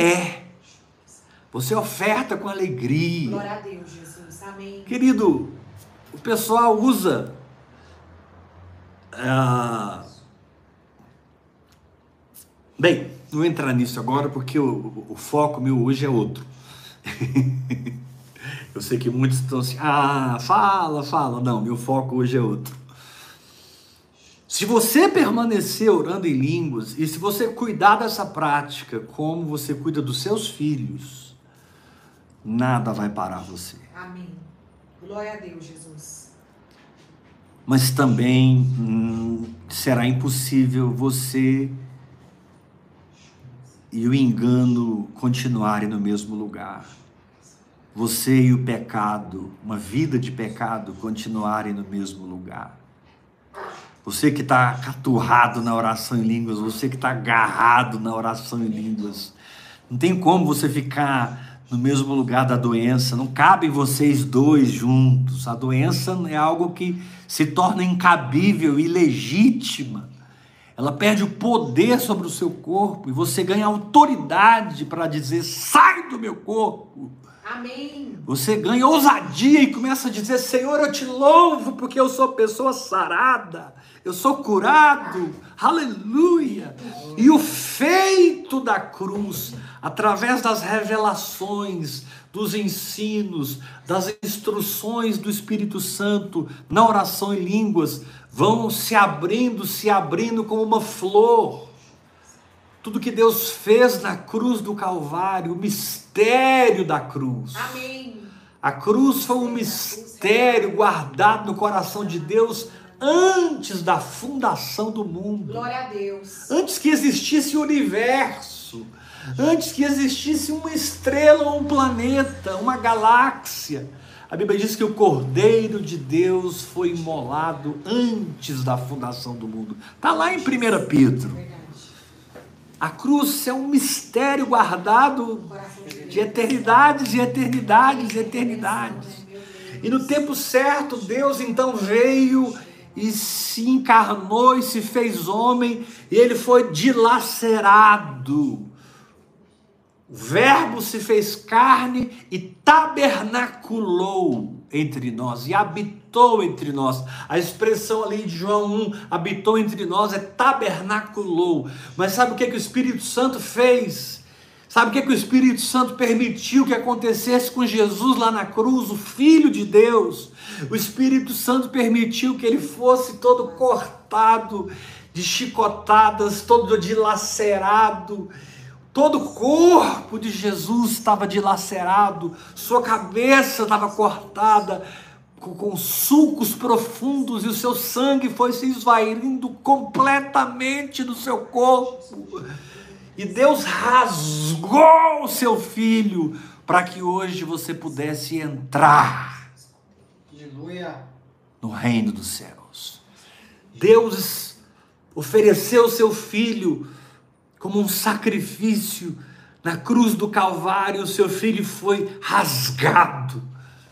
você oferta com alegria. Glória a Deus, Jesus, amém. Querido, o pessoal usa bem, não vou entrar nisso agora porque o foco meu hoje é outro. Eu sei que muitos estão assim, fala, não, meu foco hoje é outro. Se você permanecer orando em línguas, e se você cuidar dessa prática como você cuida dos seus filhos, nada vai parar você. Amém. Glória a Deus, Jesus. Mas também será impossível você e o engano continuarem no mesmo lugar. Você e o pecado, uma vida de pecado, continuarem no mesmo lugar. Você que está caturrado na oração em línguas, você que está agarrado na oração em línguas. Não tem como você ficar no mesmo lugar da doença, não cabem vocês dois juntos. A doença é algo que se torna incabível, ilegítima. Ela perde o poder sobre o seu corpo e você ganha autoridade para dizer: sai do meu corpo. Amém. Você ganha ousadia e começa a dizer: Senhor, eu te louvo porque eu sou pessoa sarada, eu sou curado, aleluia. E o feito da cruz, através das revelações, dos ensinos, das instruções do Espírito Santo na oração em línguas, vão se abrindo como uma flor. Tudo que Deus fez na cruz do Calvário, o mistério da cruz. Amém. A cruz foi um mistério guardado no coração de Deus antes da fundação do mundo. Glória a Deus. Antes que existisse o universo, antes que existisse uma estrela, um planeta, uma galáxia. A Bíblia diz que o Cordeiro de Deus foi imolado antes da fundação do mundo. Está lá em 1 Pedro. Verdade. A cruz é um mistério guardado de eternidades e eternidades e eternidades. E no tempo certo, Deus então veio e se encarnou e se fez homem, e ele foi dilacerado. O Verbo se fez carne e tabernaculou entre nós, e habitou entre nós. A expressão ali de João 1, habitou entre nós, é tabernaculou. Mas sabe o que o Espírito Santo fez? Sabe o que o Espírito Santo permitiu que acontecesse com Jesus lá na cruz, o Filho de Deus? O Espírito Santo permitiu que ele fosse todo cortado, de chicotadas, todo dilacerado. Todo o corpo de Jesus estava dilacerado, sua cabeça estava cortada com sulcos profundos, e o seu sangue foi se esvaindo completamente do seu corpo. E Deus rasgou o seu filho para que hoje você pudesse entrar no reino dos céus. Deus ofereceu o seu filho como um sacrifício na cruz do Calvário. O seu filho foi rasgado,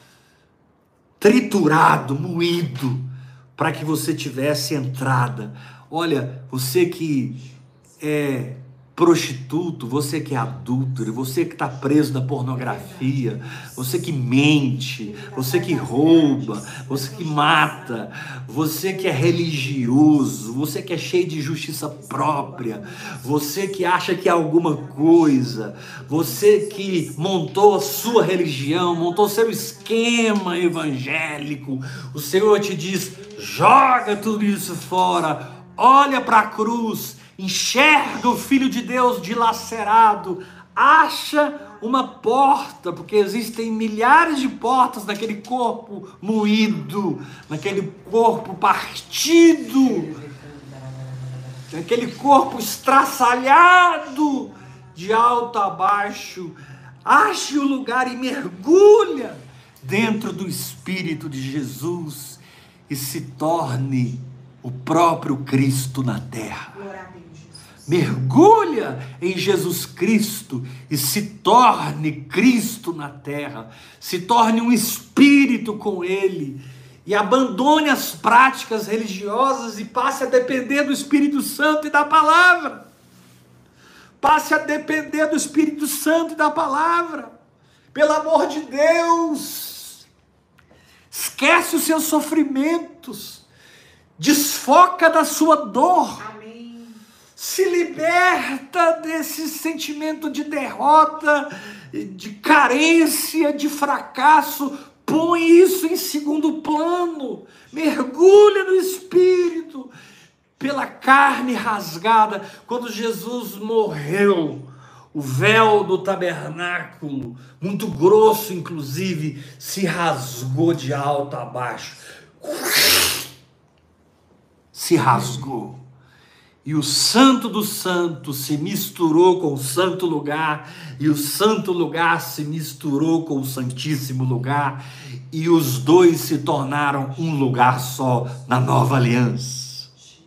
triturado, moído, para que você tivesse entrada. Olha, você que é prostituto, você que é adúltero, você que está preso na pornografia, você que mente, você que rouba, você que mata, você que é religioso, você que é cheio de justiça própria, você que acha que é alguma coisa, você que montou a sua religião, montou seu esquema evangélico, o Senhor te diz: joga tudo isso fora, olha para a cruz, enxerga o Filho de Deus dilacerado, acha uma porta, porque existem milhares de portas naquele corpo moído, naquele corpo partido, naquele corpo estraçalhado de alto a baixo. Ache o lugar e mergulha dentro do Espírito de Jesus e se torne o próprio Cristo na terra. Glória a Deus, Jesus. Mergulha em Jesus Cristo e se torne Cristo na terra, se torne um espírito com Ele, e abandone as práticas religiosas e passe a depender do Espírito Santo e da palavra. Passe a depender do Espírito Santo e da palavra. Pelo amor de Deus, esquece os seus sofrimentos, desfoca da sua dor. Amém. Se liberta desse sentimento de derrota, de carência, de fracasso. Põe isso em segundo plano. Mergulha no Espírito. Pela carne rasgada. Quando Jesus morreu, o véu do tabernáculo, muito grosso inclusive, se rasgou de alto a baixo. Se rasgou. E o Santo dos Santos se misturou com o Santo Lugar, e o Santo Lugar se misturou com o Santíssimo Lugar, e os dois se tornaram um lugar só na nova aliança.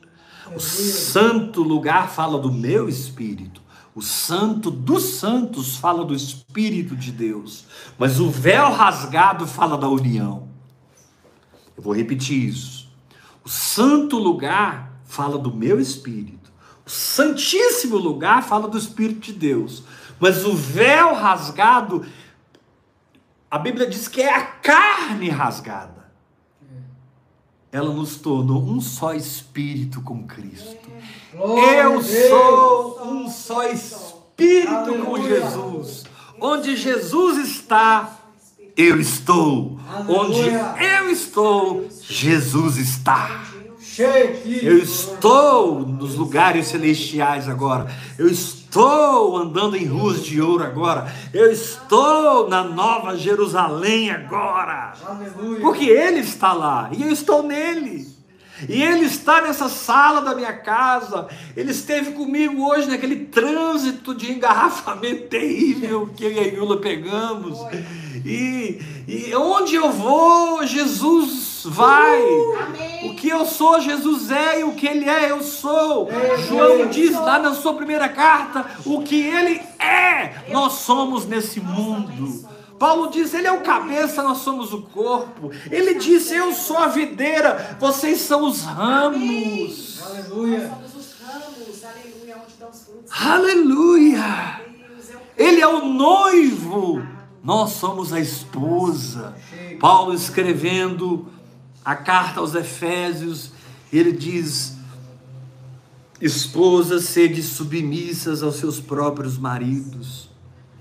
O santo lugar fala do meu espírito. O santo dos santos fala do Espírito de Deus. Mas o véu rasgado fala da união. Eu vou repetir isso. O santo lugar fala do meu espírito. O santíssimo lugar fala do Espírito de Deus. Mas o véu rasgado, a Bíblia diz que é a carne rasgada. Ela nos tornou um só espírito com Cristo. Eu sou um só espírito com Jesus. Onde Jesus está, eu estou. Onde eu estou, Jesus está. Eu estou nos lugares celestiais agora. Eu estou andando em ruas de ouro agora. Eu estou na Nova Jerusalém agora. Porque Ele está lá e eu estou nele. E Ele está nessa sala da minha casa. Ele esteve comigo hoje naquele trânsito de engarrafamento terrível que eu e a Yula pegamos. E onde eu vou, Jesus vai. O que eu sou, Jesus é. E o que Ele é, eu sou. João diz lá na sua primeira carta, o que Ele é, nós somos nesse mundo. Paulo diz, Ele é o cabeça, nós somos o corpo. Ele disse, eu sou a videira, vocês são os ramos. Aleluia. Nós somos os ramos, aleluia, onde dão os frutos. Aleluia. Ele é o noivo, nós somos a esposa. Paulo escrevendo a carta aos Efésios, ele diz, esposas, sede submissas aos seus próprios maridos.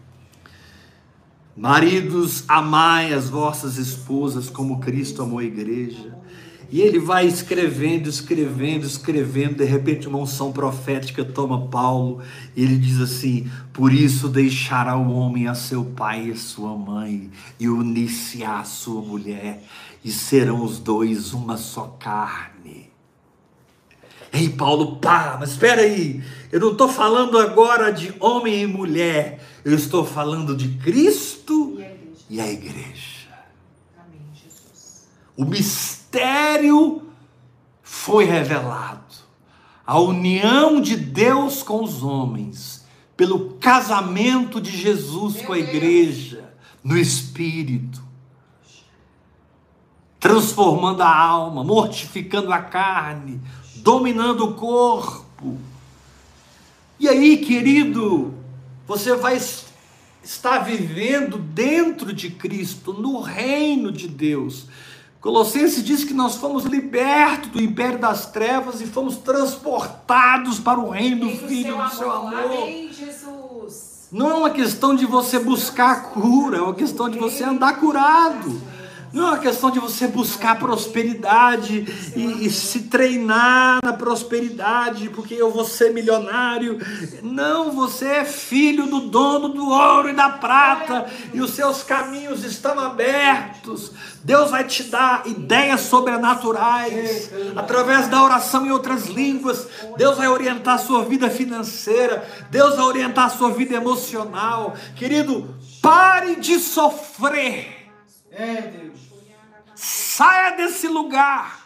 Maridos, amai as vossas esposas como Cristo amou a igreja. E ele vai escrevendo, de repente uma unção profética toma Paulo, e ele diz assim, por isso deixará o homem a seu pai e a sua mãe, e unir-se-á a sua mulher, e serão os dois uma só carne. Ei, Paulo, mas espera aí, eu não estou falando agora de homem e mulher, eu estou falando de Cristo e a igreja. Amém, Jesus. O mistério foi revelado, a união de Deus com os homens, pelo casamento de Jesus com a igreja, no Espírito, transformando a alma, mortificando a carne, dominando o corpo. E aí, querido, você vai estar vivendo dentro de Cristo, no reino de Deus. Colossenses diz que nós fomos libertos do império das trevas e fomos transportados para o reino do Filho do seu amor. Amém, Jesus. Não é uma questão de você buscar a cura, é uma questão de você andar curado. Não é uma questão de você buscar prosperidade e se treinar na prosperidade, porque eu vou ser milionário. Não, você é filho do dono do ouro e da prata, e os seus caminhos estão abertos. Deus vai te dar ideias sobrenaturais, através da oração em outras línguas. Deus vai orientar a sua vida financeira, Deus vai orientar a sua vida emocional. Querido, pare de sofrer. Deus. Saia desse lugar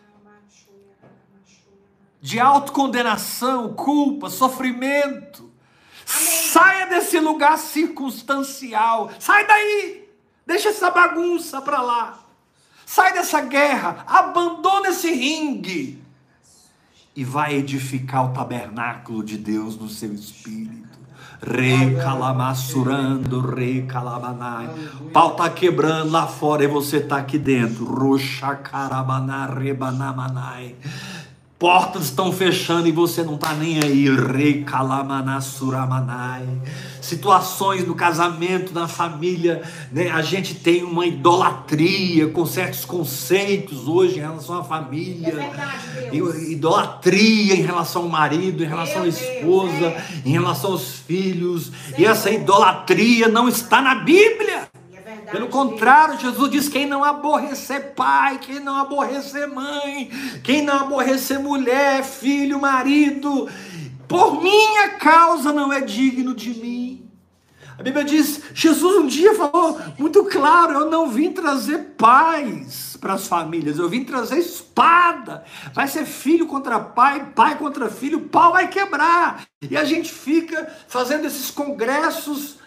de autocondenação, culpa, sofrimento. Saia desse lugar circunstancial. Sai daí. Deixa essa bagunça para lá. Sai dessa guerra. Abandona esse ringue. E vai edificar o tabernáculo de Deus no seu espírito. Recalamassurando, recalamanai. Pau tá quebrando lá fora e você tá aqui dentro. Roxacarabaná, rebanamanai. Portas estão fechando e você não está nem aí. Recalamanasuramanai. Situações no casamento, na família, né? A gente tem uma idolatria com certos conceitos hoje em relação à família. É verdade, Deus. Idolatria em relação ao marido, em relação à esposa, em relação aos filhos. E essa idolatria não está na Bíblia. Pelo contrário, Jesus diz, quem não aborrecer pai, quem não aborrecer mãe, quem não aborrecer mulher, filho, marido, por minha causa não é digno de mim. A Bíblia diz, Jesus um dia falou muito claro, eu não vim trazer paz, para as famílias. Eu vim trazer espada. Vai ser filho contra pai, pai contra filho, pau vai quebrar. E a gente fica fazendo esses congressos,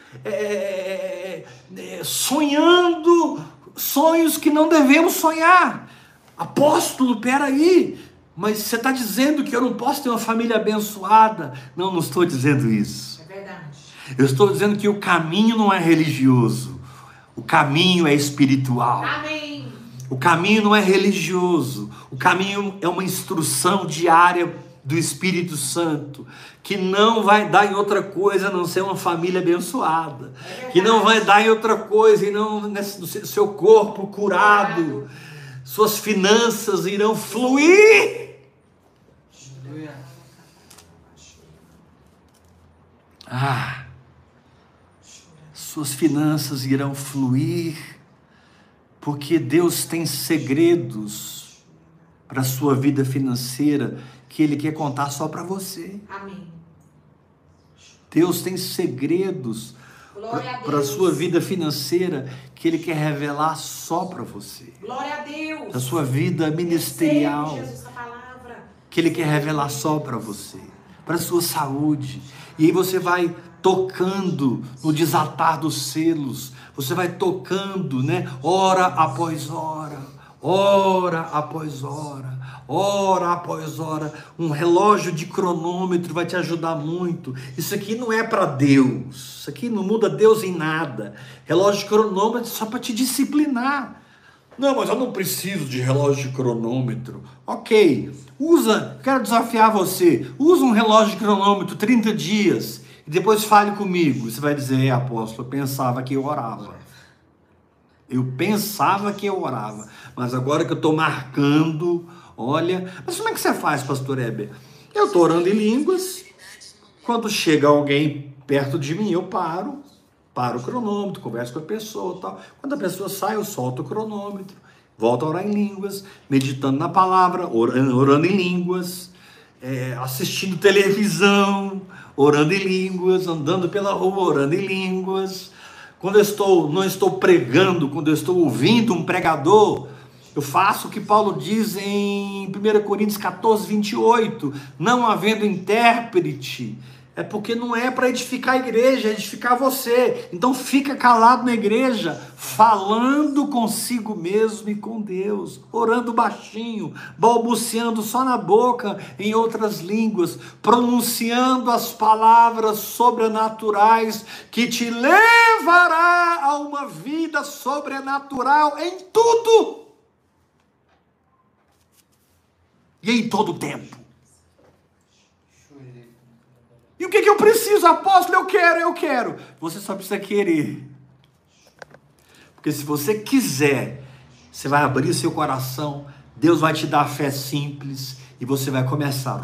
sonhando sonhos que não devemos sonhar. Apóstolo, peraí, mas você está dizendo que eu não posso ter uma família abençoada? Não, não estou dizendo isso. É verdade. Eu estou dizendo que o caminho não é religioso, o caminho é espiritual. Amém. O caminho não é religioso, o caminho é uma instrução diária do Espírito Santo, que não vai dar em outra coisa a não ser uma família abençoada, que não vai dar em outra coisa e não no seu corpo curado, suas finanças irão fluir. Suas finanças irão fluir, porque Deus tem segredos para a sua vida financeira que Ele quer contar só para você. Amém. Deus tem segredos para a sua vida financeira que Ele quer revelar só para você. Glória a Deus. Da sua vida ministerial, Receba, Jesus, a palavra. que Ele quer revelar só para você, para a sua saúde. E aí você vai tocando no desatar dos selos, você vai tocando, né? Hora após hora, hora após hora, hora após hora. Um relógio de cronômetro vai te ajudar muito. Isso aqui não é para Deus, isso aqui não muda Deus em nada. Relógio de cronômetro é só para te disciplinar. Não, mas eu não preciso de relógio de cronômetro. Ok, quero desafiar você, usa um relógio de cronômetro 30 dias e depois fale comigo. Você vai dizer, apóstolo, eu pensava que eu orava. Eu pensava que eu orava, mas agora que eu estou marcando, olha... Mas como é que você faz, pastor Heber? Eu estou orando em línguas, quando chega alguém perto de mim, eu paro o cronômetro, converso com a pessoa e tal. Quando a pessoa sai, eu solto o cronômetro, volto a orar em línguas, meditando na palavra, orando em línguas, assistindo televisão, orando em línguas, andando pela rua, orando em línguas. Quando eu não estou pregando, quando eu estou ouvindo um pregador, eu faço o que Paulo diz em 1 Coríntios 14, 28, não havendo intérprete, é porque não é para edificar a igreja, é edificar você. Então fica calado na igreja, falando consigo mesmo e com Deus, orando baixinho, balbuciando só na boca em outras línguas, pronunciando as palavras sobrenaturais que te levará a uma vida sobrenatural em tudo e em todo o tempo. E o que eu preciso, apóstolo? Eu quero. Você só precisa querer. Porque se você quiser, você vai abrir seu coração, Deus vai te dar fé simples e você vai começar.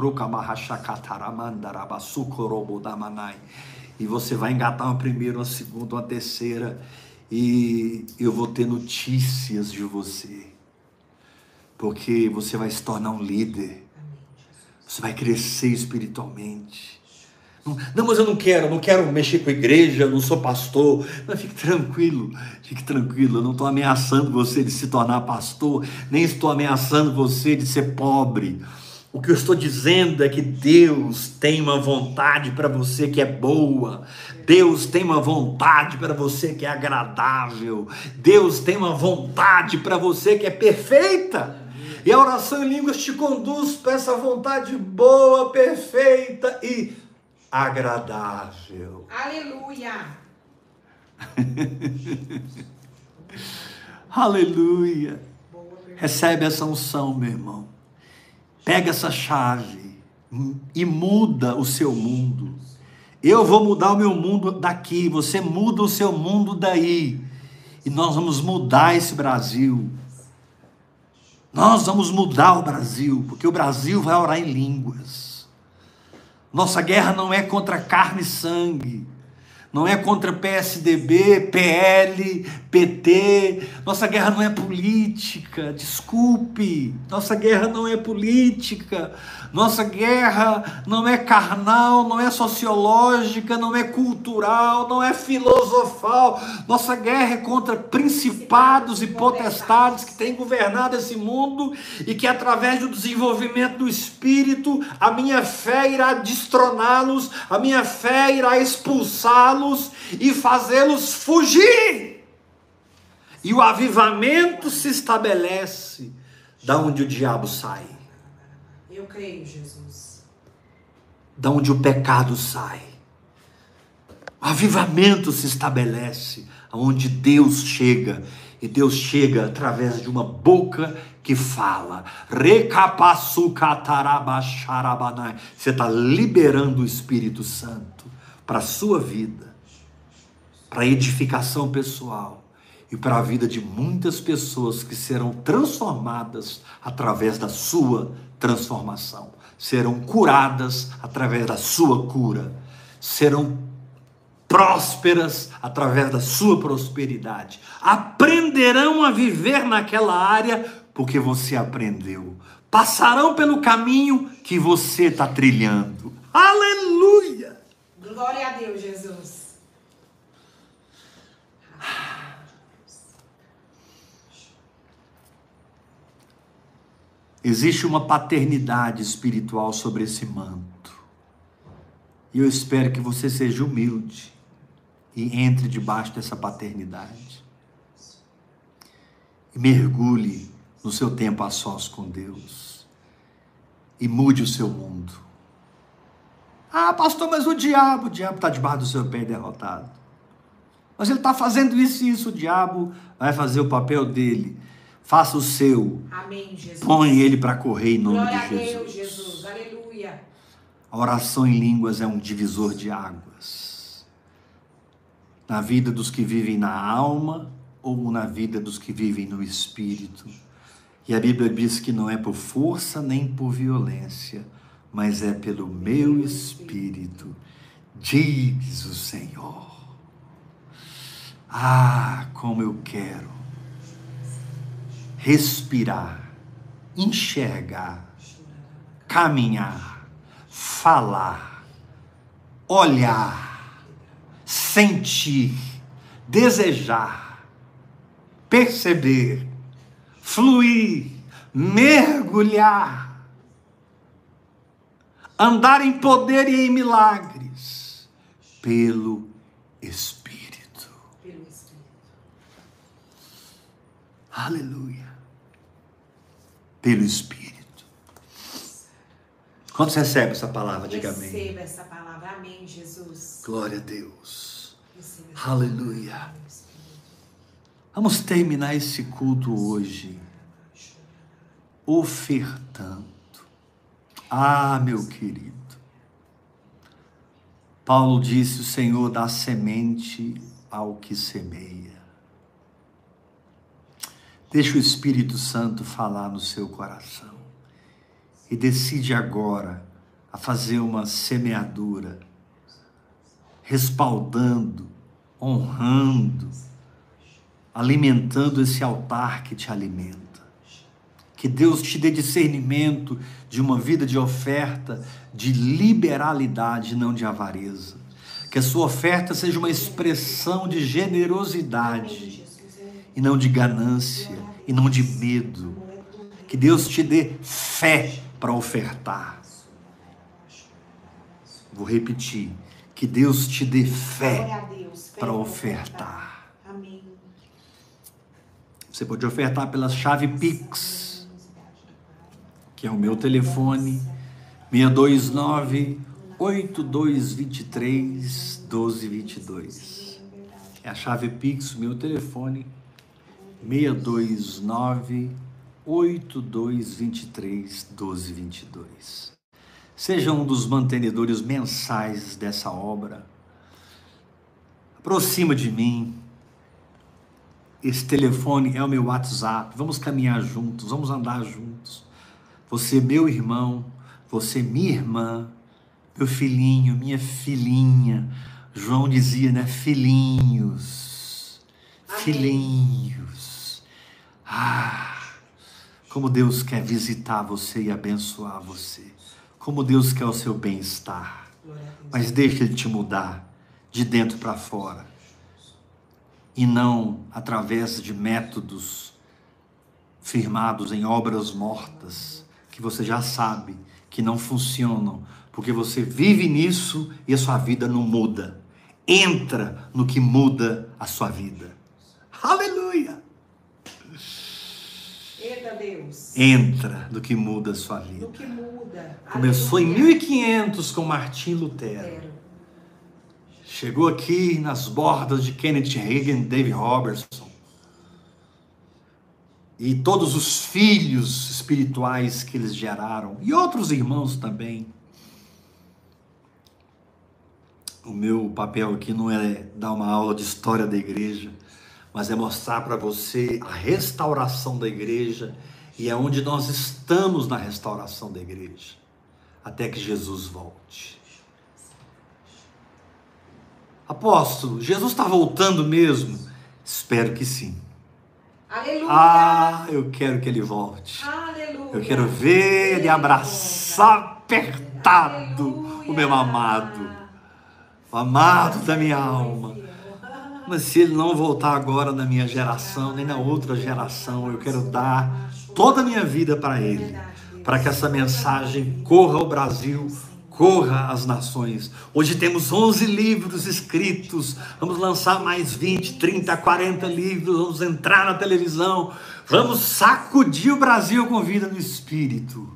E você vai engatar uma primeira, uma segunda, uma terceira e eu vou ter notícias de você. Porque você vai se tornar um líder. Você vai crescer espiritualmente. Não, mas eu não quero mexer com a igreja, eu não sou pastor. Não, fique tranquilo, eu não estou ameaçando você de se tornar pastor, nem estou ameaçando você de ser pobre. O que eu estou dizendo é que Deus tem uma vontade para você que é boa, Deus tem uma vontade para você que é agradável, Deus tem uma vontade para você que é perfeita. E a oração em línguas te conduz para essa vontade boa, perfeita e agradável. Aleluia. Aleluia. Recebe essa unção, meu irmão. Pega essa chave e muda o seu mundo. Eu vou mudar o meu mundo daqui, você muda o seu mundo daí. E nós vamos mudar esse Brasil. Nós vamos mudar o Brasil, porque o Brasil vai orar em línguas. Nossa guerra não é contra carne e sangue. não é contra PSDB, PL, PT. Nossa guerra não é política, desculpe. Nossa guerra não é política. Nossa guerra não é carnal, não é sociológica, não é cultural, não é filosofal. Nossa guerra é contra principados e potestades que têm governado esse mundo e que através do desenvolvimento do Espírito, a minha fé irá destroná-los, a minha fé irá expulsá-los e fazê-los fugir. E o avivamento se estabelece da onde o diabo sai. Eu creio, Jesus. Da onde o pecado sai. O avivamento se estabelece aonde Deus chega. E Deus chega através de uma boca que fala. Você está liberando o Espírito Santo para a sua vida, para a edificação pessoal e para a vida de muitas pessoas que serão transformadas através da sua transformação. Serão curadas através da sua cura. Serão prósperas através da sua prosperidade. Aprenderão a viver naquela área porque você aprendeu. Passarão pelo caminho que você está trilhando. Aleluia! Glória a Deus, Jesus. Existe uma paternidade espiritual sobre esse manto. E eu espero que você seja humilde e entre debaixo dessa paternidade. E mergulhe no seu tempo a sós com Deus. E mude o seu mundo. Ah, pastor, mas o diabo está debaixo do seu pé derrotado. Mas ele está fazendo isso e isso, o diabo vai fazer o papel dele. Faça o seu. Amém, Jesus. Põe ele para correr em nome Glória de Jesus. a Deus, Jesus. Aleluia. A oração em línguas é um divisor de águas. Na vida dos que vivem na alma ou na vida dos que vivem no espírito. E a Bíblia diz que não é por força nem por violência, mas é pelo meu espírito, diz o Senhor. Ah, como eu quero respirar, enxergar, caminhar, falar, olhar, sentir, desejar, perceber, fluir, mergulhar, andar em poder e em milagres, pelo Espírito. Pelo Espírito. Aleluia. Pelo Espírito. Quando você recebe essa palavra, diga amém. Receba essa palavra. Amém, Jesus. Glória a Deus. Receba essa Aleluia. palavra, meu Espírito. Vamos terminar esse culto hoje ofertando. Ah, meu querido. Paulo disse: o Senhor dá semente ao que semeia. Deixa o Espírito Santo falar no seu coração. E decide agora a fazer uma semeadura, respaldando, honrando, alimentando esse altar que te alimenta. Que Deus te dê discernimento de uma vida de oferta, de liberalidade, não de avareza. Que a sua oferta seja uma expressão de generosidade, e não de ganância, e não de medo. Que Deus te dê fé para ofertar. Vou repetir. Que Deus te dê fé para ofertar. Amém. Você pode ofertar pela chave Pix, que é o meu telefone, 629-8223-1222. É a chave Pix, o meu telefone, 629-8223-1222. Seja um dos mantenedores mensais dessa obra. Aproxima de mim. Esse telefone é o meu WhatsApp. Vamos caminhar juntos, vamos andar juntos. Você, meu irmão, você, minha irmã, meu filhinho, minha filhinha. João dizia, né? Filhinhos, Amém. filhinhos. Como Deus quer visitar você e abençoar você. Como Deus quer o seu bem-estar. Mas deixa Ele te mudar de dentro para fora. E não através de métodos firmados em obras mortas, que você já sabe que não funcionam, porque você vive nisso e a sua vida não muda. Entra no que muda a sua vida. Aleluia! Eita Deus. Entra no que muda a sua vida. No que muda. Começou em Aleluia. 1500 com Martim Lutero. Chegou aqui nas bordas de Kenneth Hagin, Dave Robertson. E todos os filhos espirituais que eles geraram. E outros irmãos também. O meu papel aqui não é dar uma aula de história da igreja, mas é mostrar para você a restauração da igreja e é onde nós estamos na restauração da igreja, até que Jesus volte. Apóstolo, Jesus está voltando mesmo? Espero que sim. Aleluia. Eu quero que ele volte. Aleluia. Eu quero ver ele abraçar apertado o meu amado. O amado da minha alma. Mas se ele não voltar agora na minha geração, nem na outra geração, eu quero dar toda a minha vida para ele, para que essa mensagem corra ao Brasil, corra às nações. Hoje temos 11 livros escritos, vamos lançar mais 20, 30, 40 livros, vamos entrar na televisão, vamos sacudir o Brasil com vida no Espírito.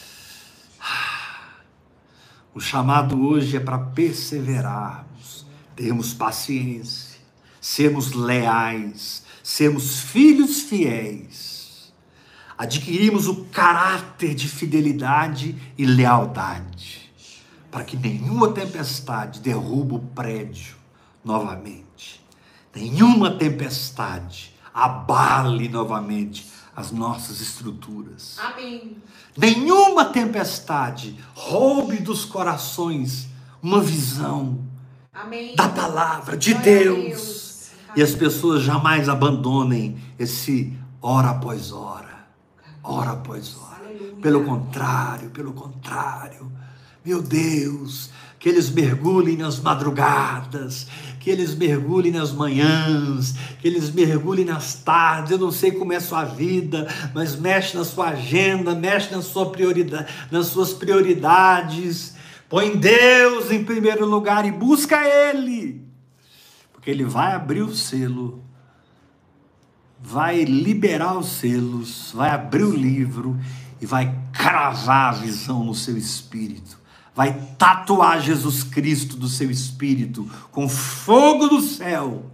O chamado hoje é para perseverarmos, termos paciência, sermos leais, sermos filhos fiéis, adquirirmos o caráter de fidelidade e lealdade, para que nenhuma tempestade derruba o prédio novamente, nenhuma tempestade abale novamente as nossas estruturas. Amém. Nenhuma tempestade roube dos corações uma visão Amém. da palavra de Glória a Deus. E as pessoas jamais abandonem esse hora após hora, hora após hora. Aleluia. Pelo contrário, meu Deus, que eles mergulhem nas madrugadas, que eles mergulhem nas manhãs, que eles mergulhem nas tardes. Eu não sei como é a sua vida, mas mexe na sua agenda, mexe na sua prioridade, nas suas prioridades. Põe Deus em primeiro lugar e busca Ele, porque Ele vai abrir o selo, vai liberar os selos, vai abrir o livro e vai cravar a visão no seu espírito. Vai tatuar Jesus Cristo do seu espírito com fogo do céu.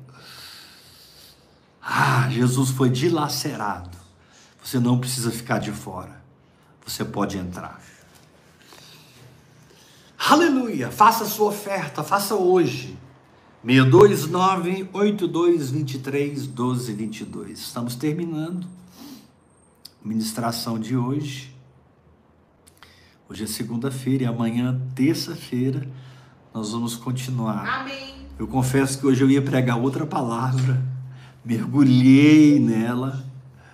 Jesus foi dilacerado. Você não precisa ficar de fora. Você pode entrar. Aleluia! Faça a sua oferta, faça hoje. 629-8223-1222. Estamos terminando a ministração de hoje. Hoje é segunda-feira e amanhã, terça-feira, nós vamos continuar. Amém. Eu confesso que hoje eu ia pregar outra palavra, mergulhei nela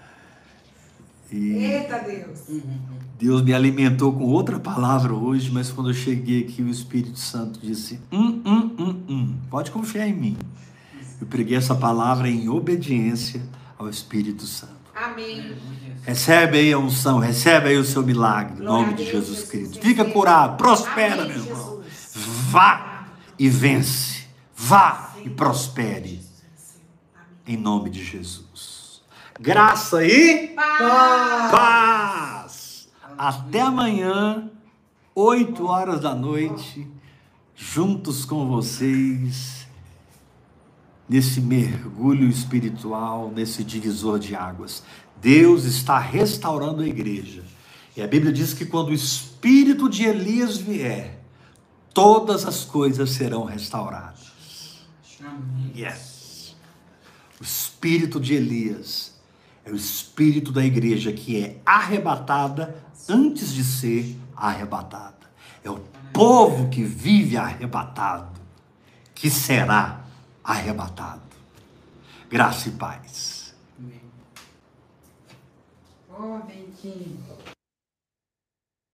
e Eita Deus. Deus me alimentou com outra palavra hoje, mas quando eu cheguei aqui o Espírito Santo disse, pode confiar em mim. Eu preguei essa palavra em obediência ao Espírito Santo. Amém. Recebe aí a unção, recebe aí o seu milagre, em Glória nome a de Deus, Jesus Cristo. Jesus. Fica curado, prospera, Amém, meu irmão. Jesus. Vá e vence, vá e prospere, em nome de Jesus. Graça e paz. Até amanhã, 8 horas da noite, juntos com vocês, nesse mergulho espiritual, nesse divisor de águas. Deus está restaurando a igreja. E a Bíblia diz que quando o espírito de Elias vier, todas as coisas serão restauradas. Yes. O espírito de Elias é o espírito da igreja que é arrebatada antes de ser arrebatada. É o povo que vive arrebatado, que será arrebatado. Graça e paz. Amém. Ó, Bentinho.